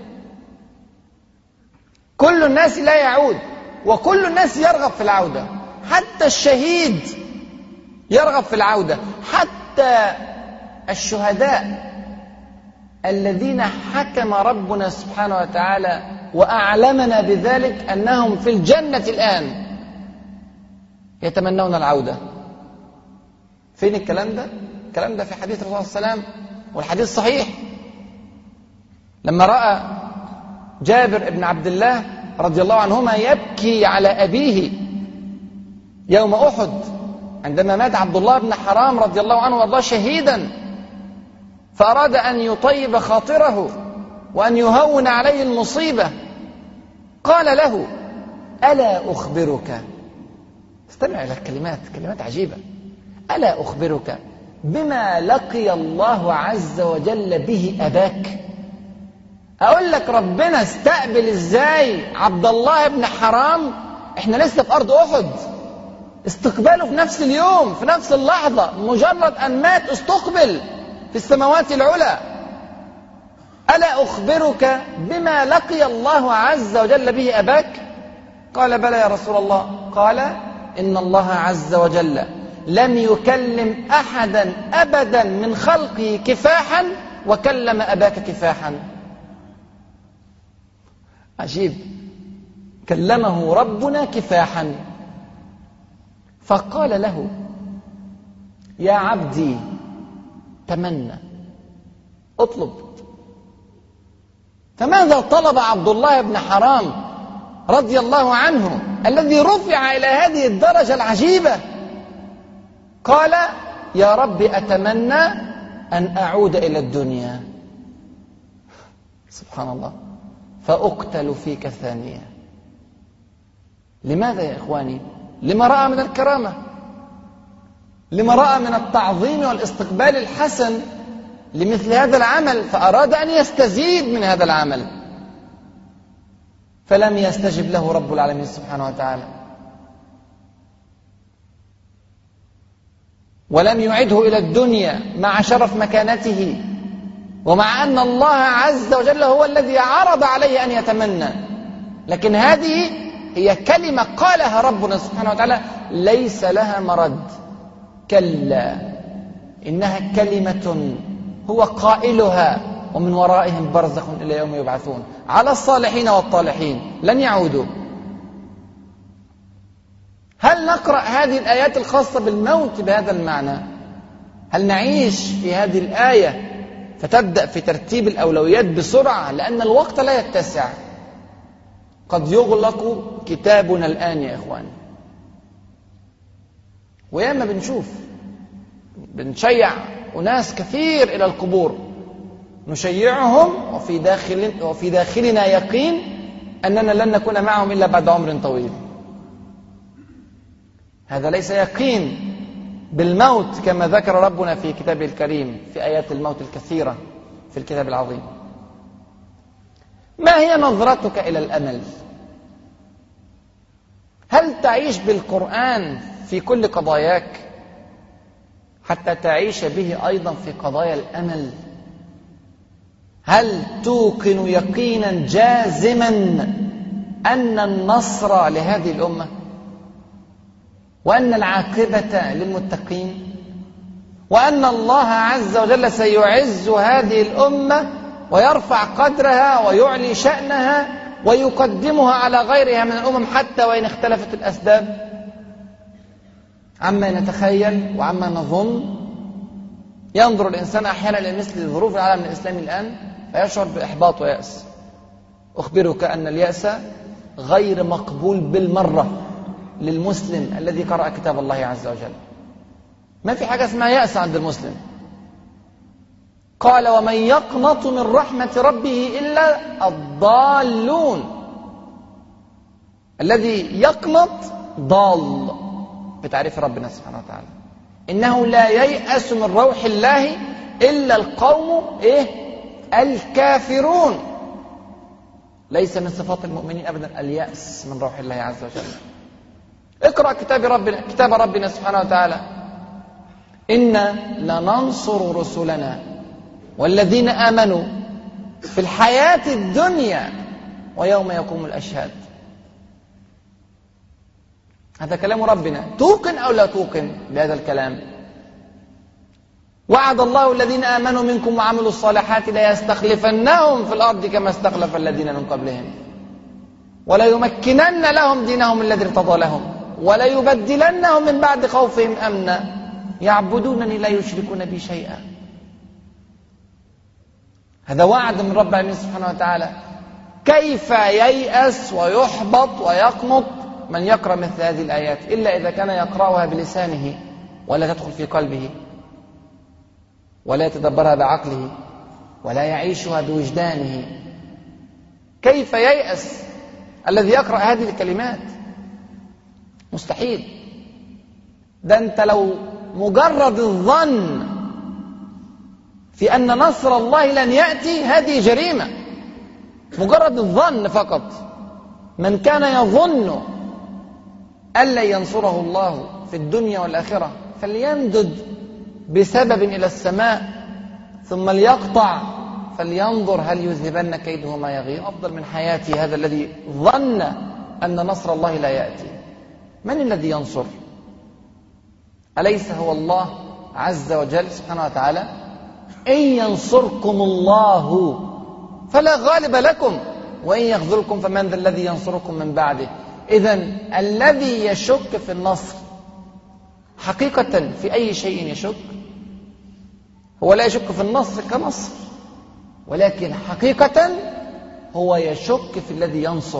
كل الناس لا يعود، وكل الناس يرغب في العودة. حتى الشهيد يرغب في العودة، حتى الشهداء الذين حكم ربنا سبحانه وتعالى وأعلمنا بذلك أنهم في الجنة الآن يتمنون العودة. فين الكلام ده؟ الكلام ده في حديث الرسول صلى الله عليه وسلم، والحديث صحيح. لما رأى جابر بن عبد الله رضي الله عنهما يبكي على أبيه يوم أحد عندما مات عبد الله بن حرام رضي الله عنه وارضاه شهيدا، فأراد أن يطيب خاطره وأن يهون عليه المصيبة، قال له: ألا أخبرك استمع إلى الكلمات، كلمات عجيبة. ألا أخبرك بما لقي الله عز وجل به أباك؟ أقول لك ربنا استقبل إزاي عبد الله بن حرام، إحنا لسه في أرض أحد، استقباله في نفس اليوم، في نفس اللحظة، مجرد أن مات استقبل في السماوات العلى. ألا أخبرك بما لقي الله عز وجل به أباك؟ قال بلى يا رسول الله. قال إن الله عز وجل لم يكلم أحدا أبدا من خلقه كفاحا وكلم أباك كفاحا. عجيب، كلمه ربنا كفاحا، فقال له يا عبدي تمنى، اطلب. فماذا طلب عبد الله بن حرام رضي الله عنه الذي رفع إلى هذه الدرجة العجيبة؟ قال يا رب أتمنى أن أعود إلى الدنيا، سبحان الله، فأقتل فيك ثانية. لماذا يا إخواني؟ لما رأى من الكرامة، لما رأى من التعظيم والاستقبال الحسن لمثل هذا العمل، فأراد أن يستزيد من هذا العمل، فلم يستجب له رب العالمين سبحانه وتعالى، ولم يعده إلى الدنيا مع شرف مكانته، ومع أن الله عز وجل هو الذي عرض عليه أن يتمنى. لكن هذه هي كلمة قالها ربنا سبحانه وتعالى ليس لها مرد، كلا إنها كلمة هو قائلها ومن ورائهم برزخ إلى يوم يبعثون. على الصالحين والطالحين لن يعودوا. هل نقرأ هذه الآيات الخاصة بالموت بهذا المعنى؟ هل نعيش في هذه الآية فتبدأ في ترتيب الأولويات بسرعة لأن الوقت لا يتسع؟ قد يغلق كتابنا الآن يا إخواني، وياما بنشوف بنشيع أناس كثير إلى القبور، نشيعهم وفي داخلنا يقين أننا لن نكون معهم إلا بعد عمر طويل. هذا ليس يقين بالموت كما ذكر ربنا في كتابه الكريم في آيات الموت الكثيرة في الكتاب العظيم. ما هي نظرتك إلى الأمل؟ هل تعيش بالقرآن في كل قضاياك حتى تعيش به أيضا في قضايا الأمل؟ هل توقن يقينا جازما أن النصر لهذه الأمة وأن العاقبة للمتقين وأن الله عز وجل سيعز هذه الأمة ويرفع قدرها ويعلي شأنها ويقدمها على غيرها من الأمم حتى وإن اختلفت الأسباب عما نتخيل وعما نظن؟ ينظر الإنسان أحيانا إلى مثل ظروف العالم الإسلامي الآن فيشعر بإحباط ويأس. أخبرك أن اليأس غير مقبول بالمرة للمسلم الذي قرأ كتاب الله عز وجل. ما في حاجة اسمها يأس عند المسلم. قال ومن يقنط من رحمة ربه إلا الضالون. الذي يقنط ضال بتعريف ربنا سبحانه وتعالى. إنه لا ييأس من روح الله إلا القوم الكافرون. ليس من صفات المؤمنين أبدا اليأس من روح الله عز وجل. اقرأ كتاب ربنا سبحانه وتعالى إنا لننصر رسلنا والذين آمنوا في الحياة الدنيا ويوم يقوم الأشهاد. هذا كلام ربنا. توقن أو لا توقن بهذا الكلام؟ وعد الله الذين آمنوا منكم وعملوا الصالحات لا يستخلفنهم في الأرض كما استخلف الذين من قبلهم ولا يمكنن لهم دينهم الذي ارتضى لهم ولا يبدلنهم من بعد خوفهم أمنا يعبدونني لا يشركون بي شيئا. هذا وعد من رب العالمين سبحانه وتعالى. كيف ييأس ويحبط ويقنط من يقرأ مثل هذه الآيات إلا إذا كان يقرأها بلسانه ولا تدخل في قلبه ولا يتدبرها بعقله ولا يعيشها بوجدانه. كيف ييأس الذي يقرأ هذه الكلمات؟ مستحيل. ده أنت لو مجرد الظن في أن نصر الله لن يأتي هذه جريمة، مجرد الظن فقط. من كان يظن أن لن ينصره الله في الدنيا والآخرة فليمدد بسبب إلى السماء ثم ليقطع فلينظر هل يذهبن كيده ما يغيظ. أفضل من حياتي هذا الذي ظن أن نصر الله لا يأتي. من الذي ينصر؟ أليس هو الله عز وجل سبحانه وتعالى؟ إن ينصركم الله فلا غالب لكم وإن يخذلكم فمن ذا الذي ينصركم من بعده. إذن الذي يشك في النصر حقيقة في أي شيء يشك هو لا يشك في النصر كنصر، ولكن حقيقة هو يشك في الذي ينصر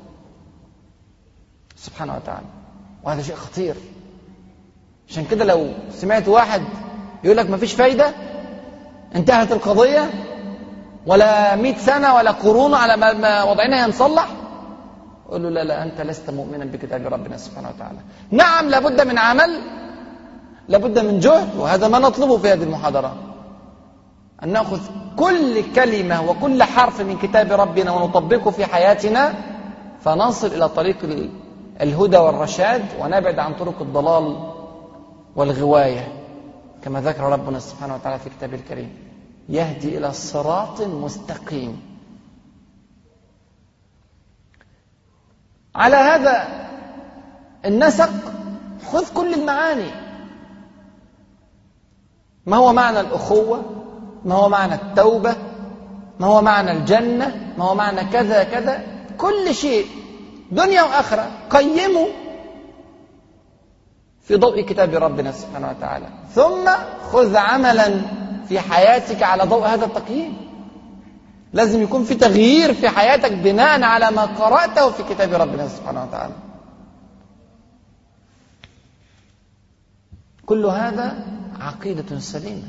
سبحانه وتعالى، وهذا شيء خطير. عشان كده لو سمعت واحد يقول لك ما فيش فايدة، انتهت القضية، ولا 100 سنة ولا قرون على ما وضعنا هنصلح، قل له لا لا، أنت لست مؤمنا بكتاب ربنا سبحانه وتعالى. نعم لابد من عمل، لابد من جهد، وهذا ما نطلبه في هذه المحاضرة، أن نأخذ كل كلمة وكل حرف من كتاب ربنا ونطبقه في حياتنا فنصل إلى طريق الهدى والرشاد ونبعد عن طرق الضلال والغواية، كما ذكر ربنا سبحانه وتعالى في كتابه الكريم: يهدي إلى صراط مستقيم. على هذا النسق خذ كل المعاني. ما هو معنى الأخوة؟ ما هو معنى التوبة؟ ما هو معنى الجنة؟ ما هو معنى كذا كذا؟ كل شيء دنيا وآخرة قيمه في ضوء كتاب ربنا سبحانه وتعالى، ثم خذ عملا في حياتك على ضوء هذا التقييم. لازم يكون في تغيير في حياتك بناء على ما قرأته في كتاب ربنا سبحانه وتعالى. كل هذا عقيدة سليمة،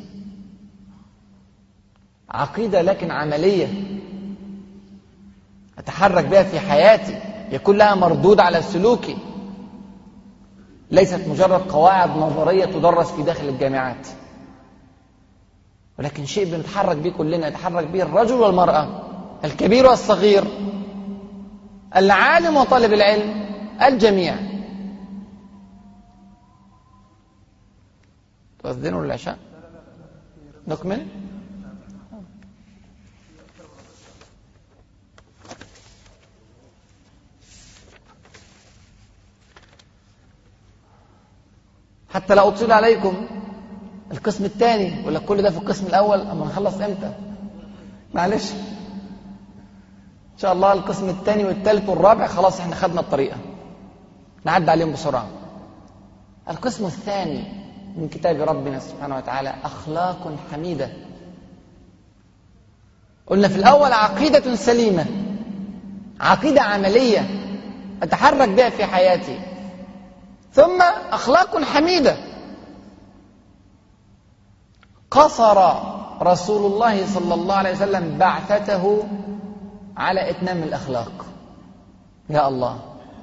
عقيدة لكن عملية أتحرك بها في حياتي، يكون لها مردود على سلوكي، ليست مجرد قواعد نظرية تدرس في داخل الجامعات، ولكن شيء بنتحرك به كلنا، يتحرك به الرجل والمرأة، الكبير والصغير، العالم وطالب العلم، الجميع. تؤذنوا للعشاء؟ نكمل؟ حتى لا أطيل عليكم القسم الثاني، ولا كل ده في القسم الأول، أما نخلص إمتى؟ معلش إن شاء الله القسم الثاني والثالث والرابع خلاص إحنا خدنا الطريقة، نعد عليهم بسرعة. القسم الثاني من كتاب ربنا سبحانه وتعالى أخلاق حميدة. قلنا في الأول عقيدة سليمة، عقيدة عملية أتحرك بها في حياتي، ثم أخلاق حميدة. قصر رسول الله صلى الله عليه وسلم بعثته على إتمام الأخلاق. يا الله،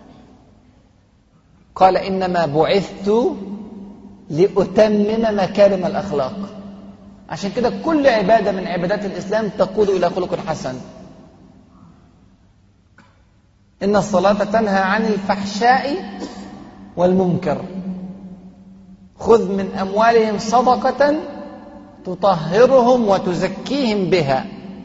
قال إنما بعثت لأتمم مكارم الأخلاق. عشان كده كل عبادة من عبادات الإسلام تقود إلى خلق حسن. إن الصلاة تنهى عن الفحشاء والمنكر، خذ من أموالهم صدقة تطهرهم وتزكيهم بها.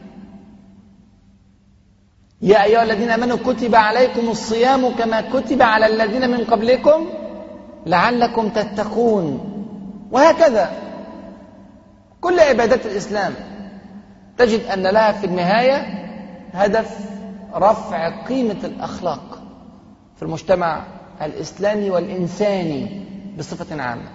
يا أيها الذين آمنوا كتب عليكم الصيام كما كتب على الذين من قبلكم لعلكم تتقون. وهكذا كل عبادات الإسلام تجد أن لها في النهاية هدف رفع قيمة الأخلاق في المجتمع الإسلامي والإنساني بصفة عامة.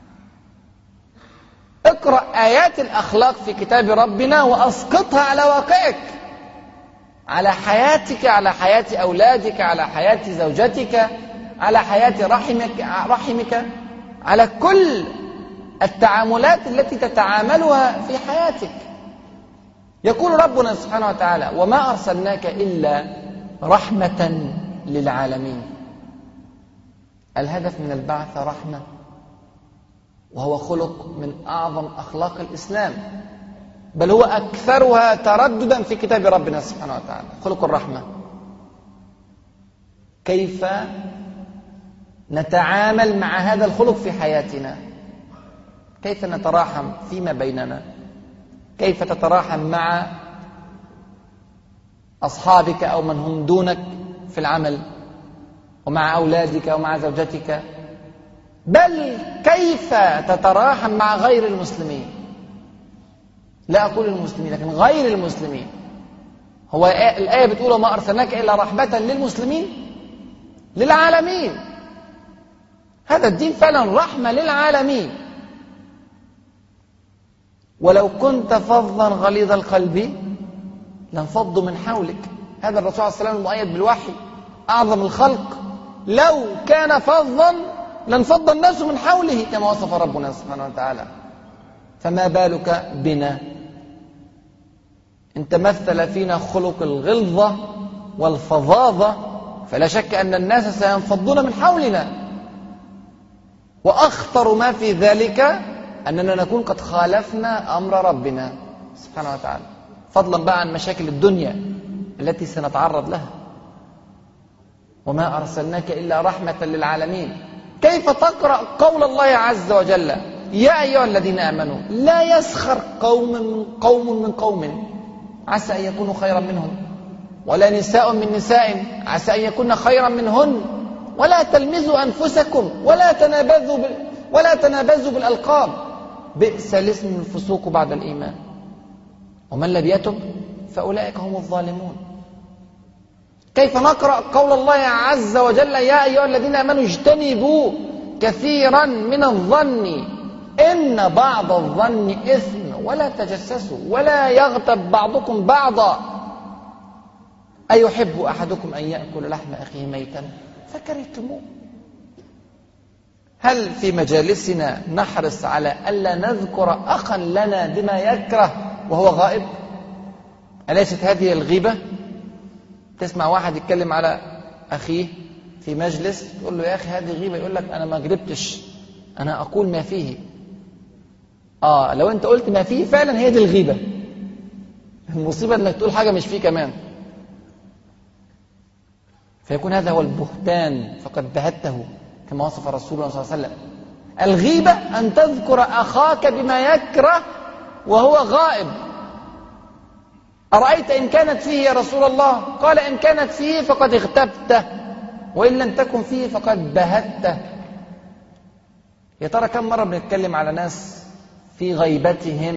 اقرأ آيات الأخلاق في كتاب ربنا وأسقطها على واقعك، على حياتك، على حياة أولادك، على حياة زوجتك، على حياة رحمك، على كل التعاملات التي تتعاملها في حياتك. يقول ربنا سبحانه وتعالى: وما أرسلناك إلا رحمة للعالمين. الهدف من البعث رحمة وهو خلق من أعظم أخلاق الإسلام، بل هو أكثرها ترددا في كتاب ربنا سبحانه وتعالى، خلق الرحمة. كيف نتعامل مع هذا الخلق في حياتنا؟ كيف نتراحم فيما بيننا؟ كيف تتراحم مع أصحابك أو من هم دونك في العمل، ومع أولادك ومع زوجتك، بل كيف تتراحم مع غير المسلمين؟ لا أقول المسلمين لكن غير المسلمين. هو الآية بتقول وما أرسلناك إلا رحمة للمسلمين، للعالمين. هذا الدين فعلا رحمة للعالمين. ولو كنت فظا غليظ القلب لانفضوا من حولك. هذا الرسول عليه الصلاة والسلام المؤيد بالوحي، أعظم الخلق، لو كان فظا لانفض الناس من حوله كما وصف ربنا سبحانه وتعالى. فما بالك بنا؟ إن تمثل فينا خلق الغلظة والفظاظة فلا شك أن الناس سينفضون من حولنا. وأخطر ما في ذلك أننا نكون قد خالفنا أمر ربنا سبحانه وتعالى، فضلا بقى عن مشاكل الدنيا التي سنتعرض لها. وما أرسلناك إلا رحمة للعالمين. كيف تقرأ قول الله عز وجل يا أيها الذين آمنوا لا يسخر قوم من قوم عسى أن يكونوا خيرا منهم، ولا نساء من نساء عسى أن يكون خيرا منهن، ولا تلمزوا أنفسكم ولا تنابزوا بالألقاب بئس الاسم الفسوق بعد الإيمان ومن لم يتب فأولئك هم الظالمون. كيف نقرأ قول الله عز وجل يا أيها الذين آمنوا اجتنبوا كثيرا من الظن إن بعض الظن إثم ولا تجسسوا ولا يغتب بعضكم بعضا أيحب أحدكم أن يأكل لحم أخيه ميتا فكرهتموه. هل في مجالسنا نحرص على ألا نذكر أخا لنا بما يكره وهو غائب؟ أليست هذه الغيبة؟ تسمع واحد يتكلم على أخيه في مجلس، تقول له يا أخي هذه غيبة، يقول لك أنا ما كذبتش، أنا أقول ما فيه. لو أنت قلت ما فيه فعلا هي دي الغيبة. المصيبة أنك تقول حاجة مش فيه كمان، فيكون هذا هو البهتان، فقد بهته كما وصف رسول الله صلى الله عليه وسلم. الغيبة أن تذكر أخاك بما يكره وهو غائب. أرأيت إن كانت فيه يا رسول الله؟ قال إن كانت فيه فقد اغتبته، وإن لم تكن فيه فقد بهته. يا ترى كم مرة بنتكلم على ناس في غيبتهم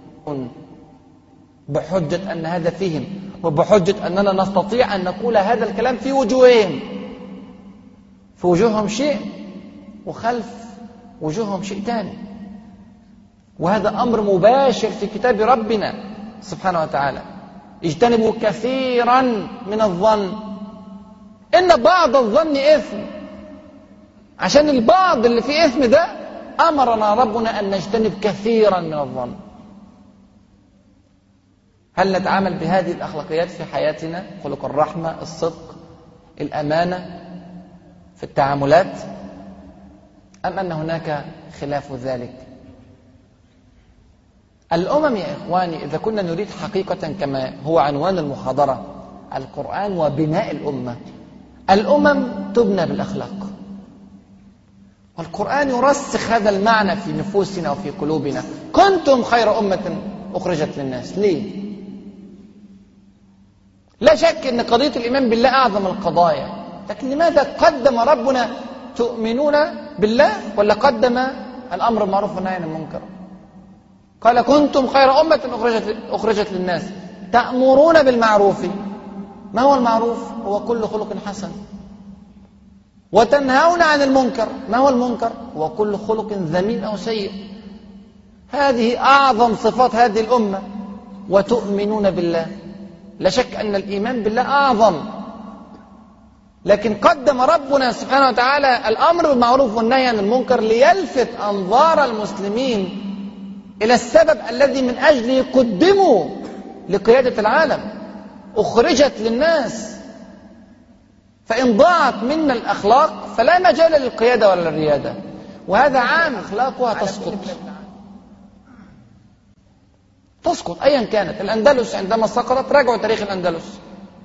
بحجة أن هذا فيهم، وبحجة أننا نستطيع أن نقول هذا الكلام في وجوههم، في وجوههم شيء وخلف وجوههم شيء تاني. وهذا أمر مباشر في كتاب ربنا سبحانه وتعالى. اجتنبوا كثيرا من الظن إن بعض الظن إثم. عشان البعض اللي فيه إثم ده أمرنا ربنا أن نجتنب كثيرا من الظن. هل نتعامل بهذه الأخلاقيات في حياتنا؟ خلق الرحمة، الصدق، الأمانة في التعاملات، أم أن هناك خلاف ذلك؟ الأمم يا إخواني، إذا كنا نريد حقيقة كما هو عنوان المحاضرة القرآن وبناء الأمة، الأمم تبنى بالأخلاق، والقرآن يرسخ هذا المعنى في نفوسنا وفي قلوبنا. كنتم خير أمة أخرجت للناس. ليه؟ لا شك أن قضية الإيمان بالله أعظم القضايا، لكن لماذا قدم ربنا تؤمنون بالله ولا قدم الأمر بالمعروف والنهي عن المنكر؟ قال كنتم خير أمة أخرجت للناس تأمرون بالمعروف. ما هو المعروف؟ هو كل خلق حسن. وتنهون عن المنكر. ما هو المنكر؟ هو كل خلق ذميم أو سيء. هذه أعظم صفات هذه الأمة. وتؤمنون بالله. لا شك أن الإيمان بالله أعظم، لكن قدم ربنا سبحانه وتعالى الأمر بالمعروف والنهي عن المنكر ليلفت أنظار المسلمين إلى السبب الذي من أجله قدموا لقيادة العالم، أخرجت للناس. فإن ضاعت منا الأخلاق فلا مجال للقيادة ولا الريادة. وهذا عام أخلاقها تسقط أيا كانت. الأندلس عندما سقطت، راجعوا تاريخ الأندلس،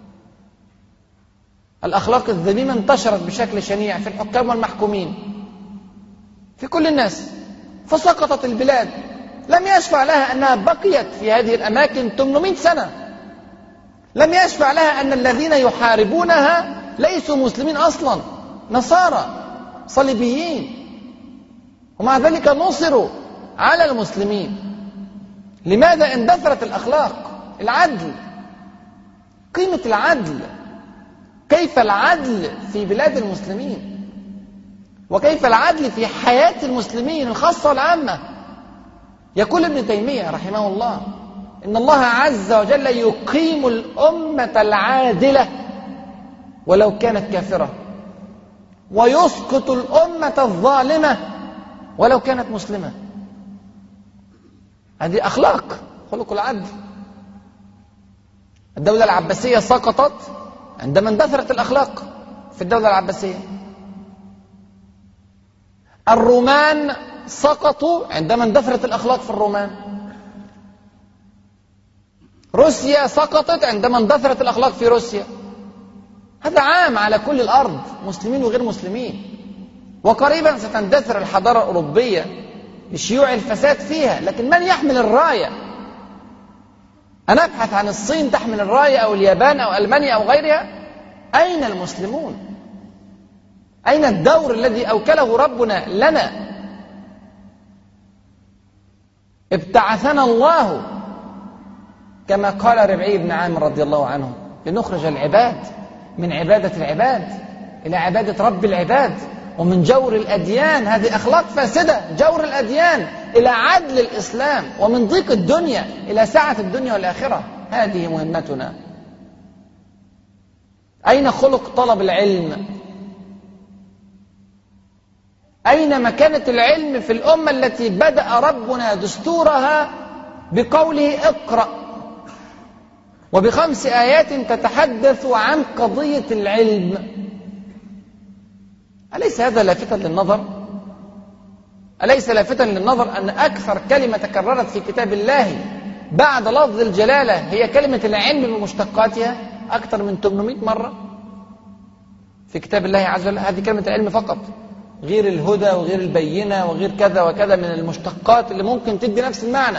الأخلاق الذميمة انتشرت بشكل شنيع في الحكام والمحكومين، في كل الناس، فسقطت البلاد. لم يشفع لها أنها بقيت في هذه الأماكن 800 سنة، لم يشفع لها أن الذين يحاربونها ليسوا مسلمين أصلا، نصارى صليبيين، ومع ذلك نصروا على المسلمين. لماذا؟ اندثرت الأخلاق. العدل، قيمة العدل، كيف العدل في بلاد المسلمين، وكيف العدل في حياة المسلمين الخاصة والعامة. يقول ابن تيمية رحمه الله إن الله عز وجل يقيم الأمة العادلة ولو كانت كافرة، ويسقط الأمة الظالمة ولو كانت مسلمة. هذه أخلاق، خلق العدل. الدولة العباسية سقطت عندما اندثرت الأخلاق في الدولة العباسية. الرومان سقطوا عندما اندثرت الأخلاق في الرومان. روسيا سقطت عندما اندثرت الأخلاق في روسيا. هذا عام على كل الأرض، مسلمين وغير مسلمين. وقريبا ستندثر الحضارة الأوروبية لشيوع الفساد فيها، لكن من يحمل الراية؟ أنا أبحث عن الصين تحمل الراية، أو اليابان، أو ألمانيا، أو غيرها. أين المسلمون؟ أين الدور الذي أوكله ربنا لنا؟ ابتعثنا الله كما قال ربعي بن عامر رضي الله عنه لنخرج العباد من عبادة العباد إلى عبادة رب العباد، ومن جور الأديان، هذه أخلاق فاسدة، جور الأديان، إلى عدل الإسلام، ومن ضيق الدنيا إلى سعة الدنيا والآخرة. هذه مهمتنا. أين خلق طلب العلم؟ أين مكانة العلم في الأمة التي بدأ ربنا دستورها بقوله اقرأ، وب5 آيات تتحدث عن قضية العلم؟ أليس هذا لافتاً للنظر؟ أليس لافتاً للنظر أن أكثر كلمة تكررت في كتاب الله بعد لفظ الجلالة هي كلمة العلم بمشتقاتها أكثر من 800 مرة في كتاب الله عز وجل؟ هذه كلمة العلم فقط، غير الهدى وغير البينة وغير كذا وكذا من المشتقات اللي ممكن تدي نفس المعنى.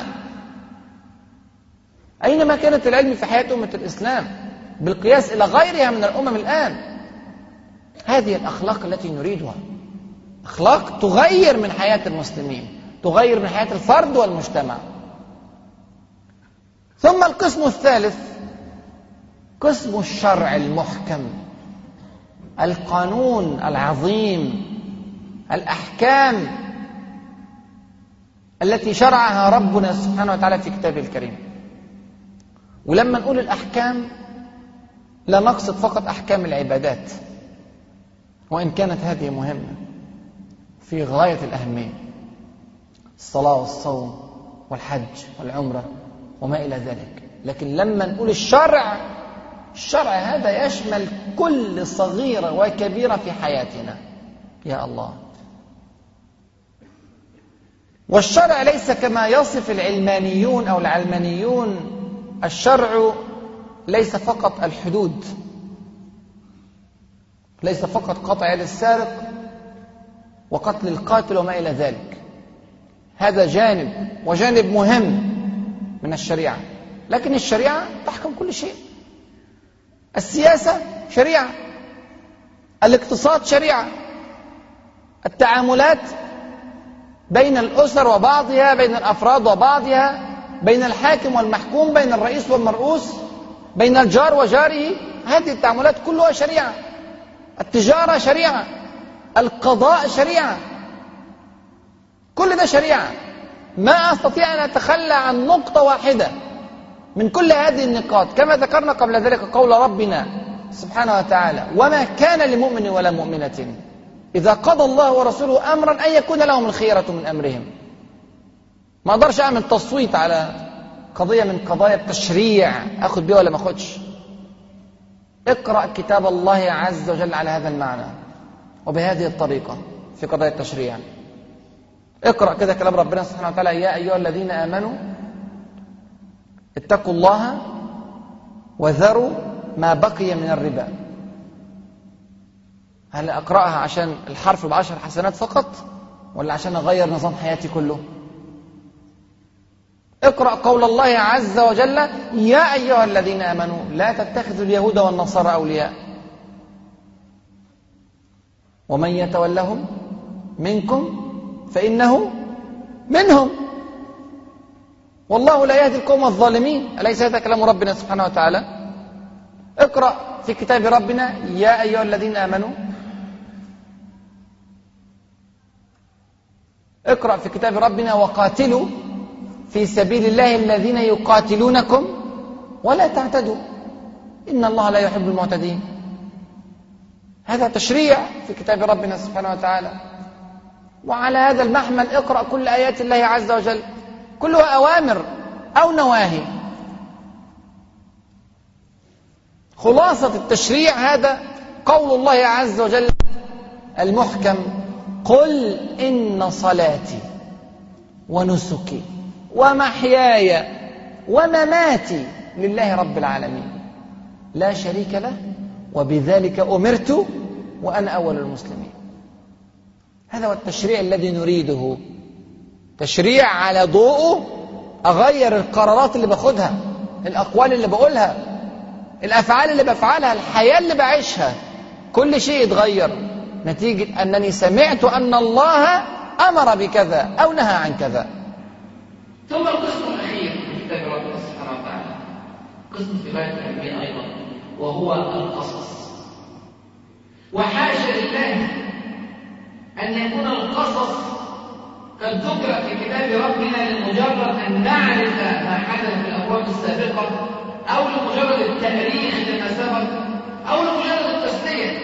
أين كانت العلم في حياة أمة الإسلام بالقياس إلى غيرها من الأمم الآن؟ هذه الأخلاق التي نريدها، أخلاق تغير من حياة المسلمين، تغير من حياة الفرد والمجتمع. ثم القسم الثالث، قسم الشرع المحكم، القانون العظيم، الأحكام التي شرعها ربنا سبحانه وتعالى في كتابه الكريم. ولما نقول الأحكام لا نقصد فقط أحكام العبادات، وإن كانت هذه مهمة في غاية الأهمية، الصلاة والصوم والحج والعمرة وما إلى ذلك، لكن لما نقول الشرع هذا يشمل كل صغيرة وكبيرة في حياتنا. يا الله! والشرع ليس كما يصف العلمانيون أو العلمانيون، الشرع ليس فقط الحدود، ليس فقط قطع يد السارق وقتل القاتل وما إلى ذلك. هذا جانب، وجانب مهم من الشريعة، لكن الشريعة تحكم كل شيء. السياسة شريعة، الاقتصاد شريعة، التعاملات بين الأسر وبعضها، بين الأفراد وبعضها، بين الحاكم والمحكوم، بين الرئيس والمرؤوس، بين الجار وجاره، هذه التعاملات كلها شريعة. التجارة شريعة، القضاء شريعة، كل ده شريعة. ما أستطيع أن أتخلى عن نقطة واحدة من كل هذه النقاط، كما ذكرنا قبل ذلك قول ربنا سبحانه وتعالى: وما كان لمؤمن ولا مؤمنة إذا قضى الله ورسوله أمرا أن يكون لهم الخيرة من أمرهم. ما أقدرش أعمل تصويت على قضية من قضايا التشريع أخذ بها ولا ما أخذش. اقرأ كتاب الله عز وجل على هذا المعنى وبهذه الطريقة في قضايا التشريع. اقرأ كده كلام ربنا سبحانه وتعالى: يا أيها الذين آمنوا اتقوا الله وذروا ما بقي من الربا. هل أقرأها عشان الحرف ب10 حسنات فقط، ولا عشان أغير نظام حياتي كله؟ اقرأ قول الله عز وجل: يا أيها الذين آمنوا لا تتخذوا اليهود والنصارى أولياء ومن يتولهم منكم فإنه منهم والله لا يهدي القوم الظالمين. أليس هذا كلام ربنا سبحانه وتعالى؟ اقرأ في كتاب ربنا: يا أيها الذين آمنوا. اقرأ في كتاب ربنا: وقاتلوا في سبيل الله الذين يقاتلونكم ولا تعتدوا إن الله لا يحب المعتدين. هذا تشريع في كتاب ربنا سبحانه وتعالى. وعلى هذا المحمل اقرأ كل آيات الله عز وجل، كلها أوامر أو نواهي. خلاصة التشريع هذا قول الله عز وجل المحكم: قل إن صلاتي ونسكي ومحياي ومماتي لله رب العالمين لا شريك له وبذلك أمرت وأنا أول المسلمين. هذا هو التشريع الذي نريده، تشريع على ضوءه أغير القرارات اللي باخدها، الأقوال اللي بقولها، الأفعال اللي بفعلها، الحياة اللي بعيشها، كل شيء يتغير نتيجة أنني سمعت أن الله أمر بكذا أو نهى عن كذا. ثم القسم الأخير في كتاب ربنا سبحانه وتعالى، قسم في غاية الأهمية أيضا، وهو القصص. وحاشا لله أن يكون القصص قد ذكر في كتاب ربنا لمجرد أن نعرف ما حدث في الأبواب السابقة، أو لمجرد التاريخ لما سبق، أو لمجرد التسلية.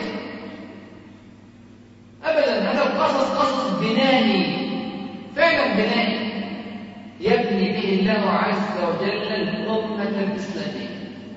أبدا، هذا القصص قصص بنائي، فعلا بنائي، يبني به الله عز وجل الأمة الإسلامية.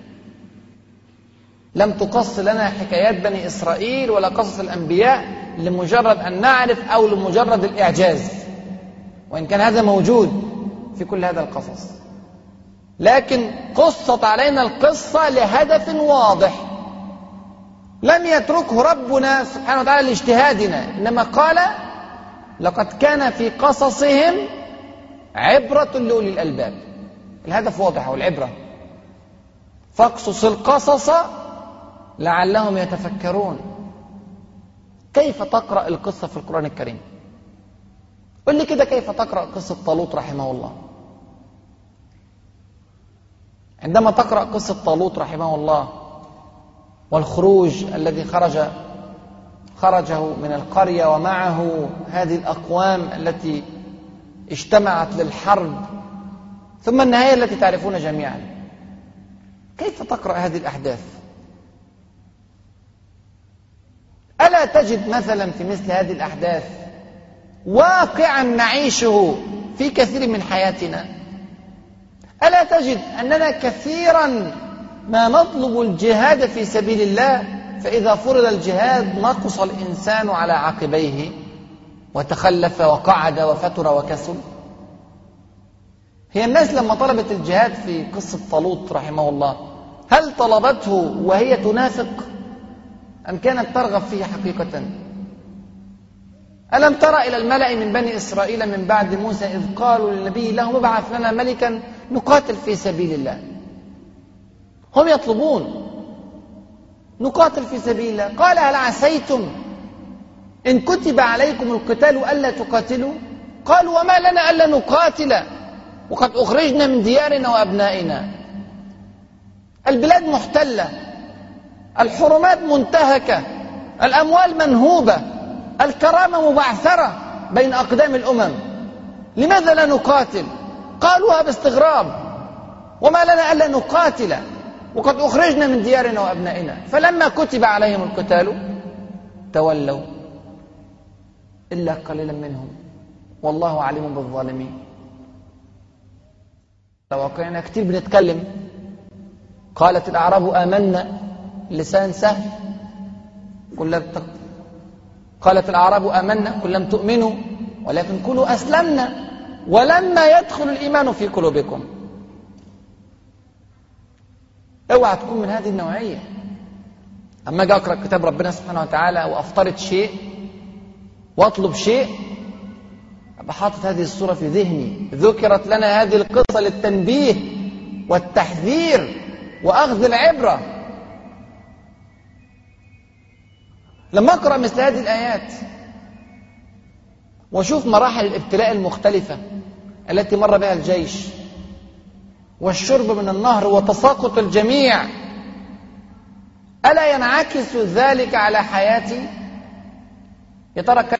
لم تقص لنا حكايات بني إسرائيل ولا قصص الأنبياء لمجرد أن نعرف أو لمجرد الإعجاز، وإن كان هذا موجود في كل هذا القصص، لكن قصت علينا القصة لهدف واضح لم يتركه ربنا سبحانه وتعالى لاجتهادنا، إنما قال: لقد كان في قصصهم عبرة لأولي الألباب. الهدف واضح والعبرة: فاقصص القصص لعلهم يتفكرون. كيف تقرأ القصة في القرآن الكريم؟ قل لي كده، كيف تقرأ قصة طالوت رحمه الله؟ عندما تقرأ قصة طالوت رحمه الله والخروج الذي خرجه من القرية ومعه هذه الأقوام التي اجتمعت للحرب، ثم النهاية التي تعرفون جميعا، كيف تقرأ هذه الأحداث؟ ألا تجد مثلا في مثل هذه الأحداث واقعا نعيشه في كثير من حياتنا؟ ألا تجد أننا كثيرا ما نطلب الجهاد في سبيل الله، فإذا فرض الجهاد نقص الإنسان على عقبيه وتخلف وقعد وفتر وكسل؟ هي الناس لما طلبت الجهاد في قصة طالوت رحمه الله، هل طلبته وهي تنافق أم كانت ترغب فيه حقيقة؟ ألم ترى إلى الملأ من بني إسرائيل من بعد موسى إذ قالوا للنبي لهم: ابعث لنا ملكا نقاتل في سبيل الله. هم يطلبون نقاتل في سبيل الله. قال: هل عسيتم إن كتب عليكم القتال ألا تقاتلوا؟ قالوا: وما لنا ألا نقاتل وقد أخرجنا من ديارنا وأبنائنا. البلاد محتلة، الحرمات منتهكة، الأموال منهوبة، الكرامة مبعثرة بين أقدام الأمم، لماذا لا نقاتل؟ قالوها باستغراب: وما لنا ألا نقاتل وقد أخرجنا من ديارنا وأبنائنا. فلما كتب عليهم القتال تولوا إلا قليلا منهم والله عليم بالظالمين. توقعنا كتير بنتكلم، قالت الأعراب آمنا، لسان سهل، قالت الأعراب آمنا قل لم تؤمنوا ولكن قولوا أسلمنا ولما يدخل الإيمان في قلوبكم. اوعى تكون من هذه النوعية. أما أجي أقرأ كتاب ربنا سبحانه وتعالى وأفترض شيء وأطلب شيء، أبقى حاطط هذه الصورة في ذهني. ذكرت لنا هذه القصة للتنبيه والتحذير وأخذ العبرة. لما أقرأ مثل هذه الآيات وأشوف مراحل الابتلاء المختلفة التي مر بها الجيش والشرب من النهر وتساقط الجميع، ألا ينعكس ذلك على حياتي؟ يا ترى